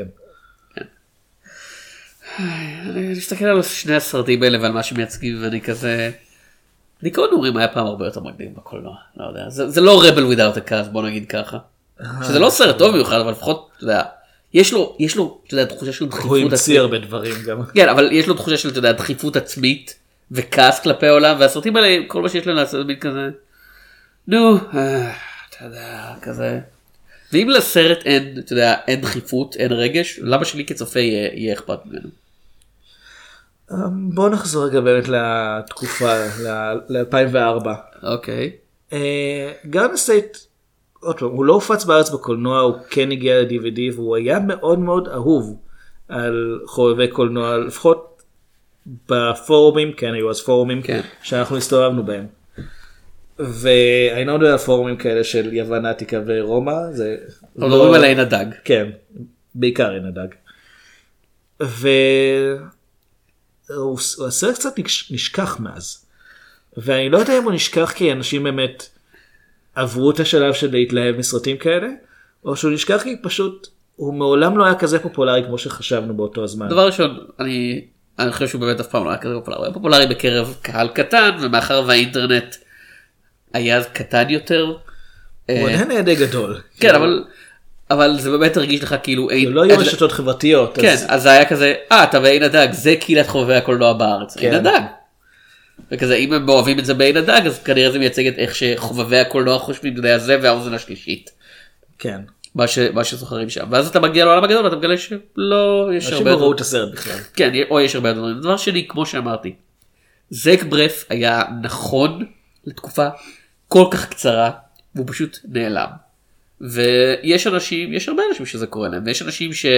אני מסתכל על שני הסרטים האלה ועל מה שמייצגים ואני כזה... דיכאון נעורים היה פעם הרבה יותר מקדים בקולנוע, לא יודע. זה, זה לא Rebel Without a Cause, בוא נגיד ככה. שזה לא סרט טוב במיוחד, אבל לפחות, אתה יודע, יש לו, יש לו, אתה יודע, תחושה של דחיפות עצמית. הוא המציא הרבה דברים גם. כן, אבל יש לו תחושה של, אתה יודע, דחיפות עצמית וכעס כלפי העולם, והסרטים האלה, כל מה שיש להם לעשות, מין כזה, נו, אתה יודע, כזה. ואם לסרט אין, אתה יודע, אין דחיפות, אין רגש, למה שלי כצופה יהיה אכפת ממנו? בואו נחזור רגע באמת לתקופה, ל-אלפיים וארבע. אוקיי. גארדן סטייט, עוד פעם, הוא לא הופץ בארץ בקולנוע, הוא כן הגיע ל-די וי די, והוא היה מאוד מאוד אהוב על חובבי קולנוע, לפחות בפורומים, כן, היו אז פורומים שאנחנו הסתובבנו בהם. ואני לא יודע על פורומים כאלה של יוון העתיקה ורומא, זה... אנחנו מדברים על עין הדג. כן, בעיקר עין הדג. ו... הוא הסרט קצת נשכח מאז, ואני לא יודע אם הוא נשכח כי אנשים באמת עברו את השלב של להתלהב מסרטים כאלה, או שהוא נשכח כי פשוט הוא מעולם לא היה כזה פופולרי כמו שחשבנו באותו הזמן. דבר ראשון, אני, אני חושב שהוא באמת אף פעם לא היה כזה פופולרי, הוא היה פופולרי בקרב קהל קטן, ומאחר והאינטרנט היה קטן יותר. הוא עדיין היה די גדול. כן, אבל... אבל זה באמת הרגיש לך כאילו... לא היו רשתות חברתיות. כן, אז זה היה כזה, אה, אתה בעין הדג, זה קהילת חובבי הקולנוע בארץ, עין הדג. וכזה, אם הם אוהבים את זה בעין הדג, אז כנראה זה מייצג את איך שחובבי הקולנוע חושבים, אתה יודע, זה והאוזן השלישית. כן. מה שזוכרים שם. ואז אתה מגיע לעולם הגדול, ואתה מגלה שלא יש הרבה... אנשים ראו את הסרט בכלל. כן, או יש הרבה דברים. דבר שני, כמו שאמרתי, זק ברף היה נכון לתקופה כל כך קצרה, והוא פשוט נעלם. ויש אנשים, יש הרבה אנשים שזה קורה להם, ויש אנשים ש...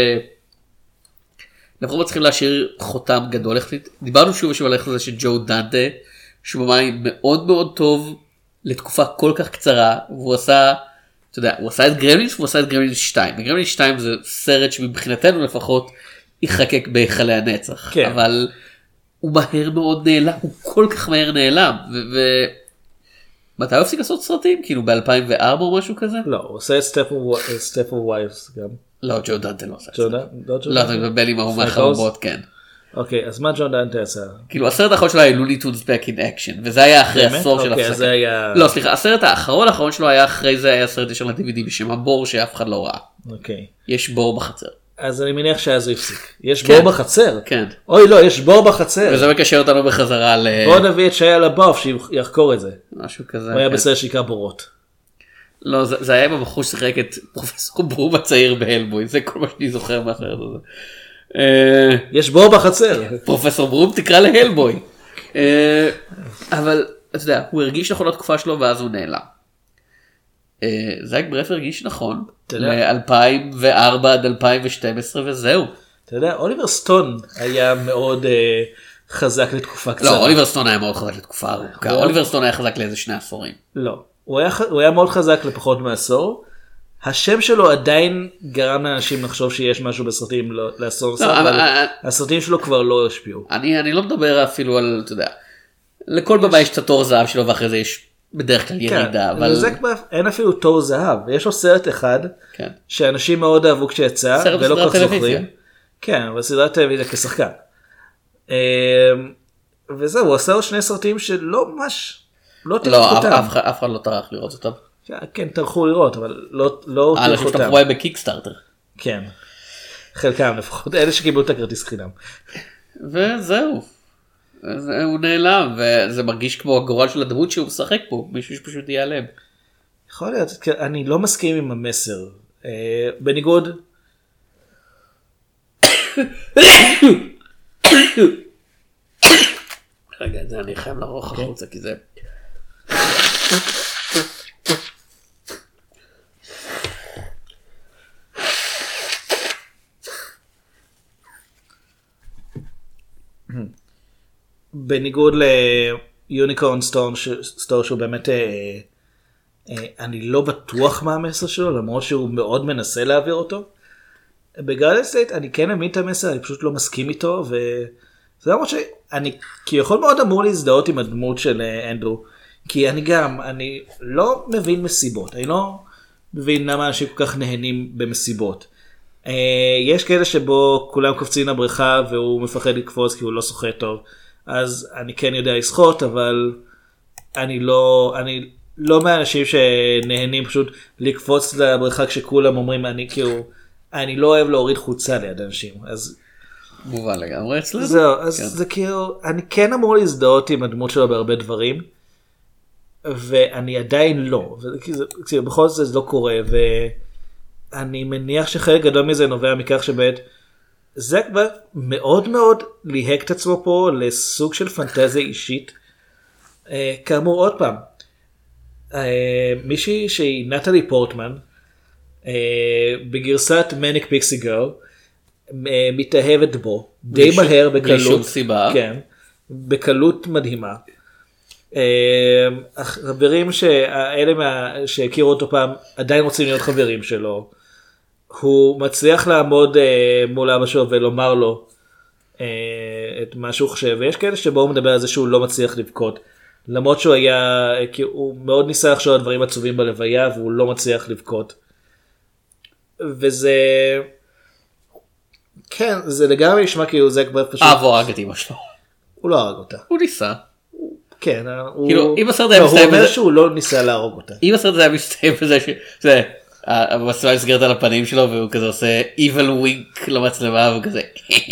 לפחות צריכים להשאיר חותם גדול. דיברנו שוב ושוב על איך זה שג'ו דנטה, שהוא ממש מאוד מאוד טוב לתקופה כל כך קצרה, והוא עשה, אתה יודע, הוא עשה את גרמלינס, והוא עשה את גרמלינס שתיים. וגרמלינס שתיים זה סרט שמבחינתנו לפחות יחקק בהיכלי הנצח. כן. אבל הוא מהר מאוד נעלם, הוא כל כך מהר נעלם. ו... ו... מתי הוא הפסיק לעשות סרטים? כאילו ב-אלפיים וארבע או משהו כזה? לא, הוא עושה את סטפ אוף וייבס גם. לא, ג'ו דנטה לא עושה את זה. לא, אתה מבבל עם ההוא מהחרבות, כן. אוקיי, אז מה ג'ו דנטה עשה? כאילו הסרט האחרון שלו היה לוני טונס בק אין אקשן, וזה היה אחרי עשור של הפסקה. לא, סליחה, הסרט האחרון האחרון שלו היה אחרי זה, היה סרט ישר ל-די וי די בשם הבור שאף אחד לא ראה. אוקיי. יש בור בחצר. אז אני מניח שאז הוא הפסיק. יש בור בחצר? כן. אוי לא, יש בור בחצר. וזה מקשר אותנו בחזרה ל... בוא נביא את שיה לבוף שיחקור את זה. משהו כזה. הוא היה בסרט שיקרא בורות. לא, זה היה בבחור ששיחק את פרופסור ברום הצעיר בהלבוי, זה כל מה שאני זוכר מהסרט הזה. יש בור בחצר. פרופסור ברום תקרא להלבוי. אבל, אתה יודע, הוא הרגיש נכון לתקופה שלו ואז הוא נעלם. זק ברף הרגיש נכון ל-אלפיים וארבע עד אלפיים ושתים עשרה וזהו. אתה יודע, אוליבר סטון היה מאוד חזק לתקופה קצרה. לא, אוליבר סטון היה מאוד חזק לתקופה ארוכה. אוליבר סטון היה חזק לאיזה שני עשורים. לא, הוא היה, הוא היה מאוד חזק לפחות מעשור. השם שלו עדיין גרם לאנשים לחשוב שיש משהו בסרטים לעשור נוסף, אבל הסרטים שלו כבר לא השפיעו. אני לא מדבר אפילו על, אתה יודע, לכל במה יש את התור זהב שלו ואחרי זה יש בדרך כלל ירידה. אבל אין אפילו תור זהב, יש לו סרט אחד שאנשים מאוד אהבו כשיצא ולא כל כך זוכרים. כן, אבל סדרת טלוויזיה כשחקן. וזהו, הוא עשה לו שני סרטים שלא ממש, לא תלכו אותם. לא, אף אחד לא טרח לראות אותם. כן, טרחו לראות, אבל לא תלכו אותם. האנשים שאתה רואה בקיקסטארטר. כן, חלקם לפחות, אלה שקיבלו את הכרטיס חינם. וזהו. הוא נעלם, וזה מרגיש כמו הגורל של הדמות שהוא משחק פה, מישהו שפשוט ייעלם. יכול להיות, אני לא מסכים עם המסר. בניגוד... רגע, זה אני חייב לרוח החוצה, כי זה... בניגוד יוניקורן סטור שהוא באמת, אה, אה, אני לא בטוח מה המסר שלו, למרות שהוא מאוד מנסה להעביר אותו. בגרדן סטייט אני כן אמיד את המסר, אני פשוט לא מסכים איתו, וזה למרות שאני כיכול מאוד אמור להזדהות עם הדמות של אנדרו, כי אני גם, אני לא מבין מסיבות, אני לא מבין למה אנשים כל כך נהנים במסיבות. יש כאלה שבו כולם קופצים לבריכה והוא מפחד לקפוץ כי הוא לא שוחה טוב, אז אני כן יודע לשחות, אבל אני לא, אני לא מהאנשים שנהנים פשוט לקפוץ לבריכה כשכולם אומרים אני כאילו, אני לא אוהב להוריד חוצה ליד אנשים, אז מובן לגמרי אצלנו. זהו, אז זה כאילו, אני כן אמור להזדהות עם הדמות שלו בהרבה דברים, ואני עדיין לא, בכל זאת זה לא קורה, ואני מניח שחלק גדול מזה נובע מכך שבאת, זק ברף מאוד מאוד ליהק את עצמו פה לסוג של פנטזיה אישית. כאמור עוד פעם, מישהי שהיא נטלי פורטמן, בגרסת מניק פיקסי גרל, מתאהבת בו, די מהר בקלות, בלי שום סיבה. כן, בקלות מדהימה. החברים שהאלה שהכירו אותו פעם עדיין רוצים להיות חברים שלו. הוא מצליח לעמוד מול אבא שלו ולומר לו את מה שהוא חושב, ויש כאלה שבו הוא מדבר על זה שהוא לא מצליח לבכות, למרות שהוא היה, כי הוא מאוד ניסה לחשוב על דברים עצובים בלוויה והוא לא מצליח לבכות. וזה כן, זה לגמרי נשמע כאילו זק ברף פשוט אהב הרג את אמא שלו. הוא לא הרג אותה. הוא ניסה. כן, כאילו אם הסרט היה מסתיים בזה, הוא אומר שהוא לא ניסה להרוג אותה. אם הסרט היה מסתיים בזה שזה המצלמה נסגרת על הפנים שלו והוא כזה עושה evil wink למצלמה וכזה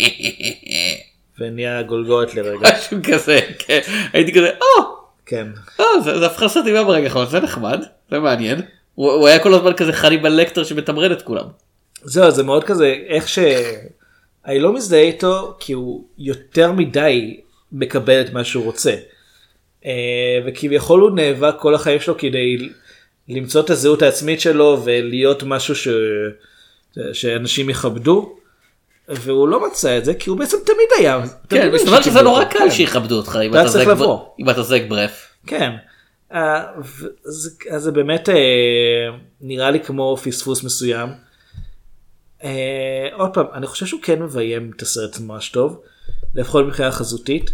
ונהיה גולגולת לרגע. משהו כזה, כן. הייתי כזה, או! כן. זה הפך לסרט אימה ברגע האחרון, זה נחמד, זה מעניין. הוא היה כל הזמן כזה חניבל לקטר שמתמרד את כולם. זהו, זה מאוד כזה, איך ש... אני לא מזדהה איתו כי הוא יותר מדי מקבל את מה שהוא רוצה. וכביכול הוא נאבק כל החיים שלו כדי למצוא את הזהות העצמית שלו ולהיות משהו ש... שאנשים יכבדו, והוא לא מצא את זה כי הוא בעצם תמיד היה. כן, מסתבר שזה נורא קל שיכבדו אותך אם אתה זק ברף. כן, אז זה באמת נראה לי כמו פספוס מסוים. עוד פעם, אני חושב שהוא כן מביים את הסרט ממש טוב, לפחות מבחינה חזותית.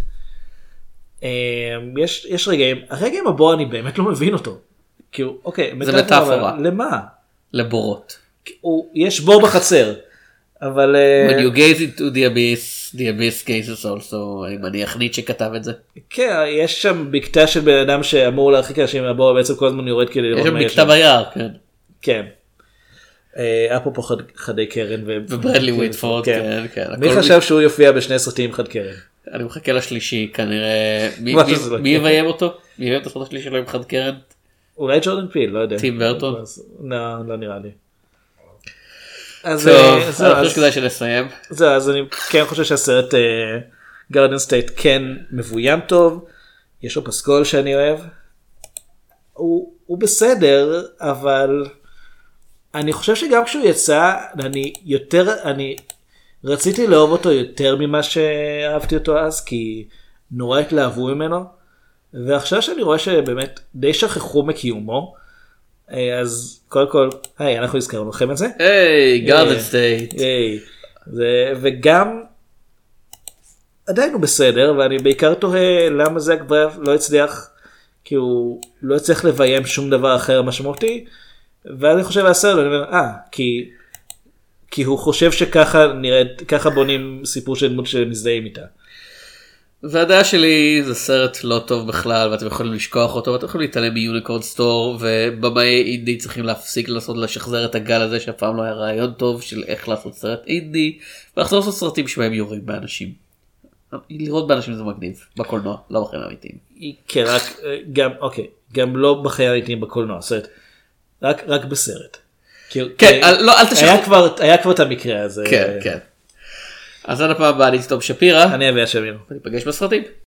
יש, יש רגעים, הרגעים הבו אני באמת לא מבין אותו. כאילו, אוקיי, זה מטאפורה. למה? לבורות. הוא, יש בור בחצר, אבל... When you gaze into the abyss, the abyss gazes also, אני מניח ניטשה שכתב את זה. כן, יש שם בקתה של בן אדם שאמור להרחיק אנשים מהבור, בעצם כל הזמן יורד כדי לראות מה יש שם. יש שם בקתה ביער, כן. כן. אפרופו חדי קרן. וברדלי וויטפורד, כן, כן. מי חשב שהוא יופיע בשני סרטים עם חד קרן? אני מחכה לשלישי, כנראה. מי יביים אותו? מי יביים את הסרט השלישי שלו עם חד קרן? אולי ג'ורדן פיל, לא יודע. טים ברטון? לא, לא נראה לי. אז אני חושב שכדאי שנסיים. זהו, אז אני כן חושב שהסרט גרדן סטייט כן מבוים טוב, יש לו פסקול שאני אוהב, הוא בסדר, אבל אני חושב שגם כשהוא יצא, אני יותר, אני רציתי לאהוב אותו יותר ממה שאהבתי אותו אז, כי נורא התלהבו ממנו, ועכשיו שאני רואה שבאמת די שכחו מקיומו, אז קודם כל, היי, אנחנו הזכרנו לכם את זה. היי, גרדן סטייט. היי, וגם עדיין הוא בסדר, ואני בעיקר תוהה למה זק ברף לא הצליח, כי הוא לא הצליח לביים שום דבר אחר משמעותי, ואני חושב הסרט, אני אומר, אה, כי, כי הוא חושב שככה נראית, ככה בונים סיפור של דמות שמזדהים איתה. והדעה שלי זה סרט לא טוב בכלל, ואתם יכולים לשכוח אותו, ואתם יכולים להתעלם מיוניקורן סטור, ובמאי אינדי צריכים להפסיק לנסות לשחזר את הגל הזה, שאף פעם לא היה רעיון טוב של איך לעשות סרט אינדי, ולחזור לעשות סרטים שבהם יורים באנשים. לראות באנשים זה מגניב, בקולנוע, לא בחיים האמיתיים. כן, רק, גם, אוקיי, גם לא בחיים האמיתיים בקולנוע, סרט, רק, רק בסרט. כן, לא, אל תשכח. היה כבר, היה כבר את המקרה הזה. כן, כן. אז עד הפעם הבאה, אני תום שפירה. אני אביה שמיר. וניפגש בסרטים.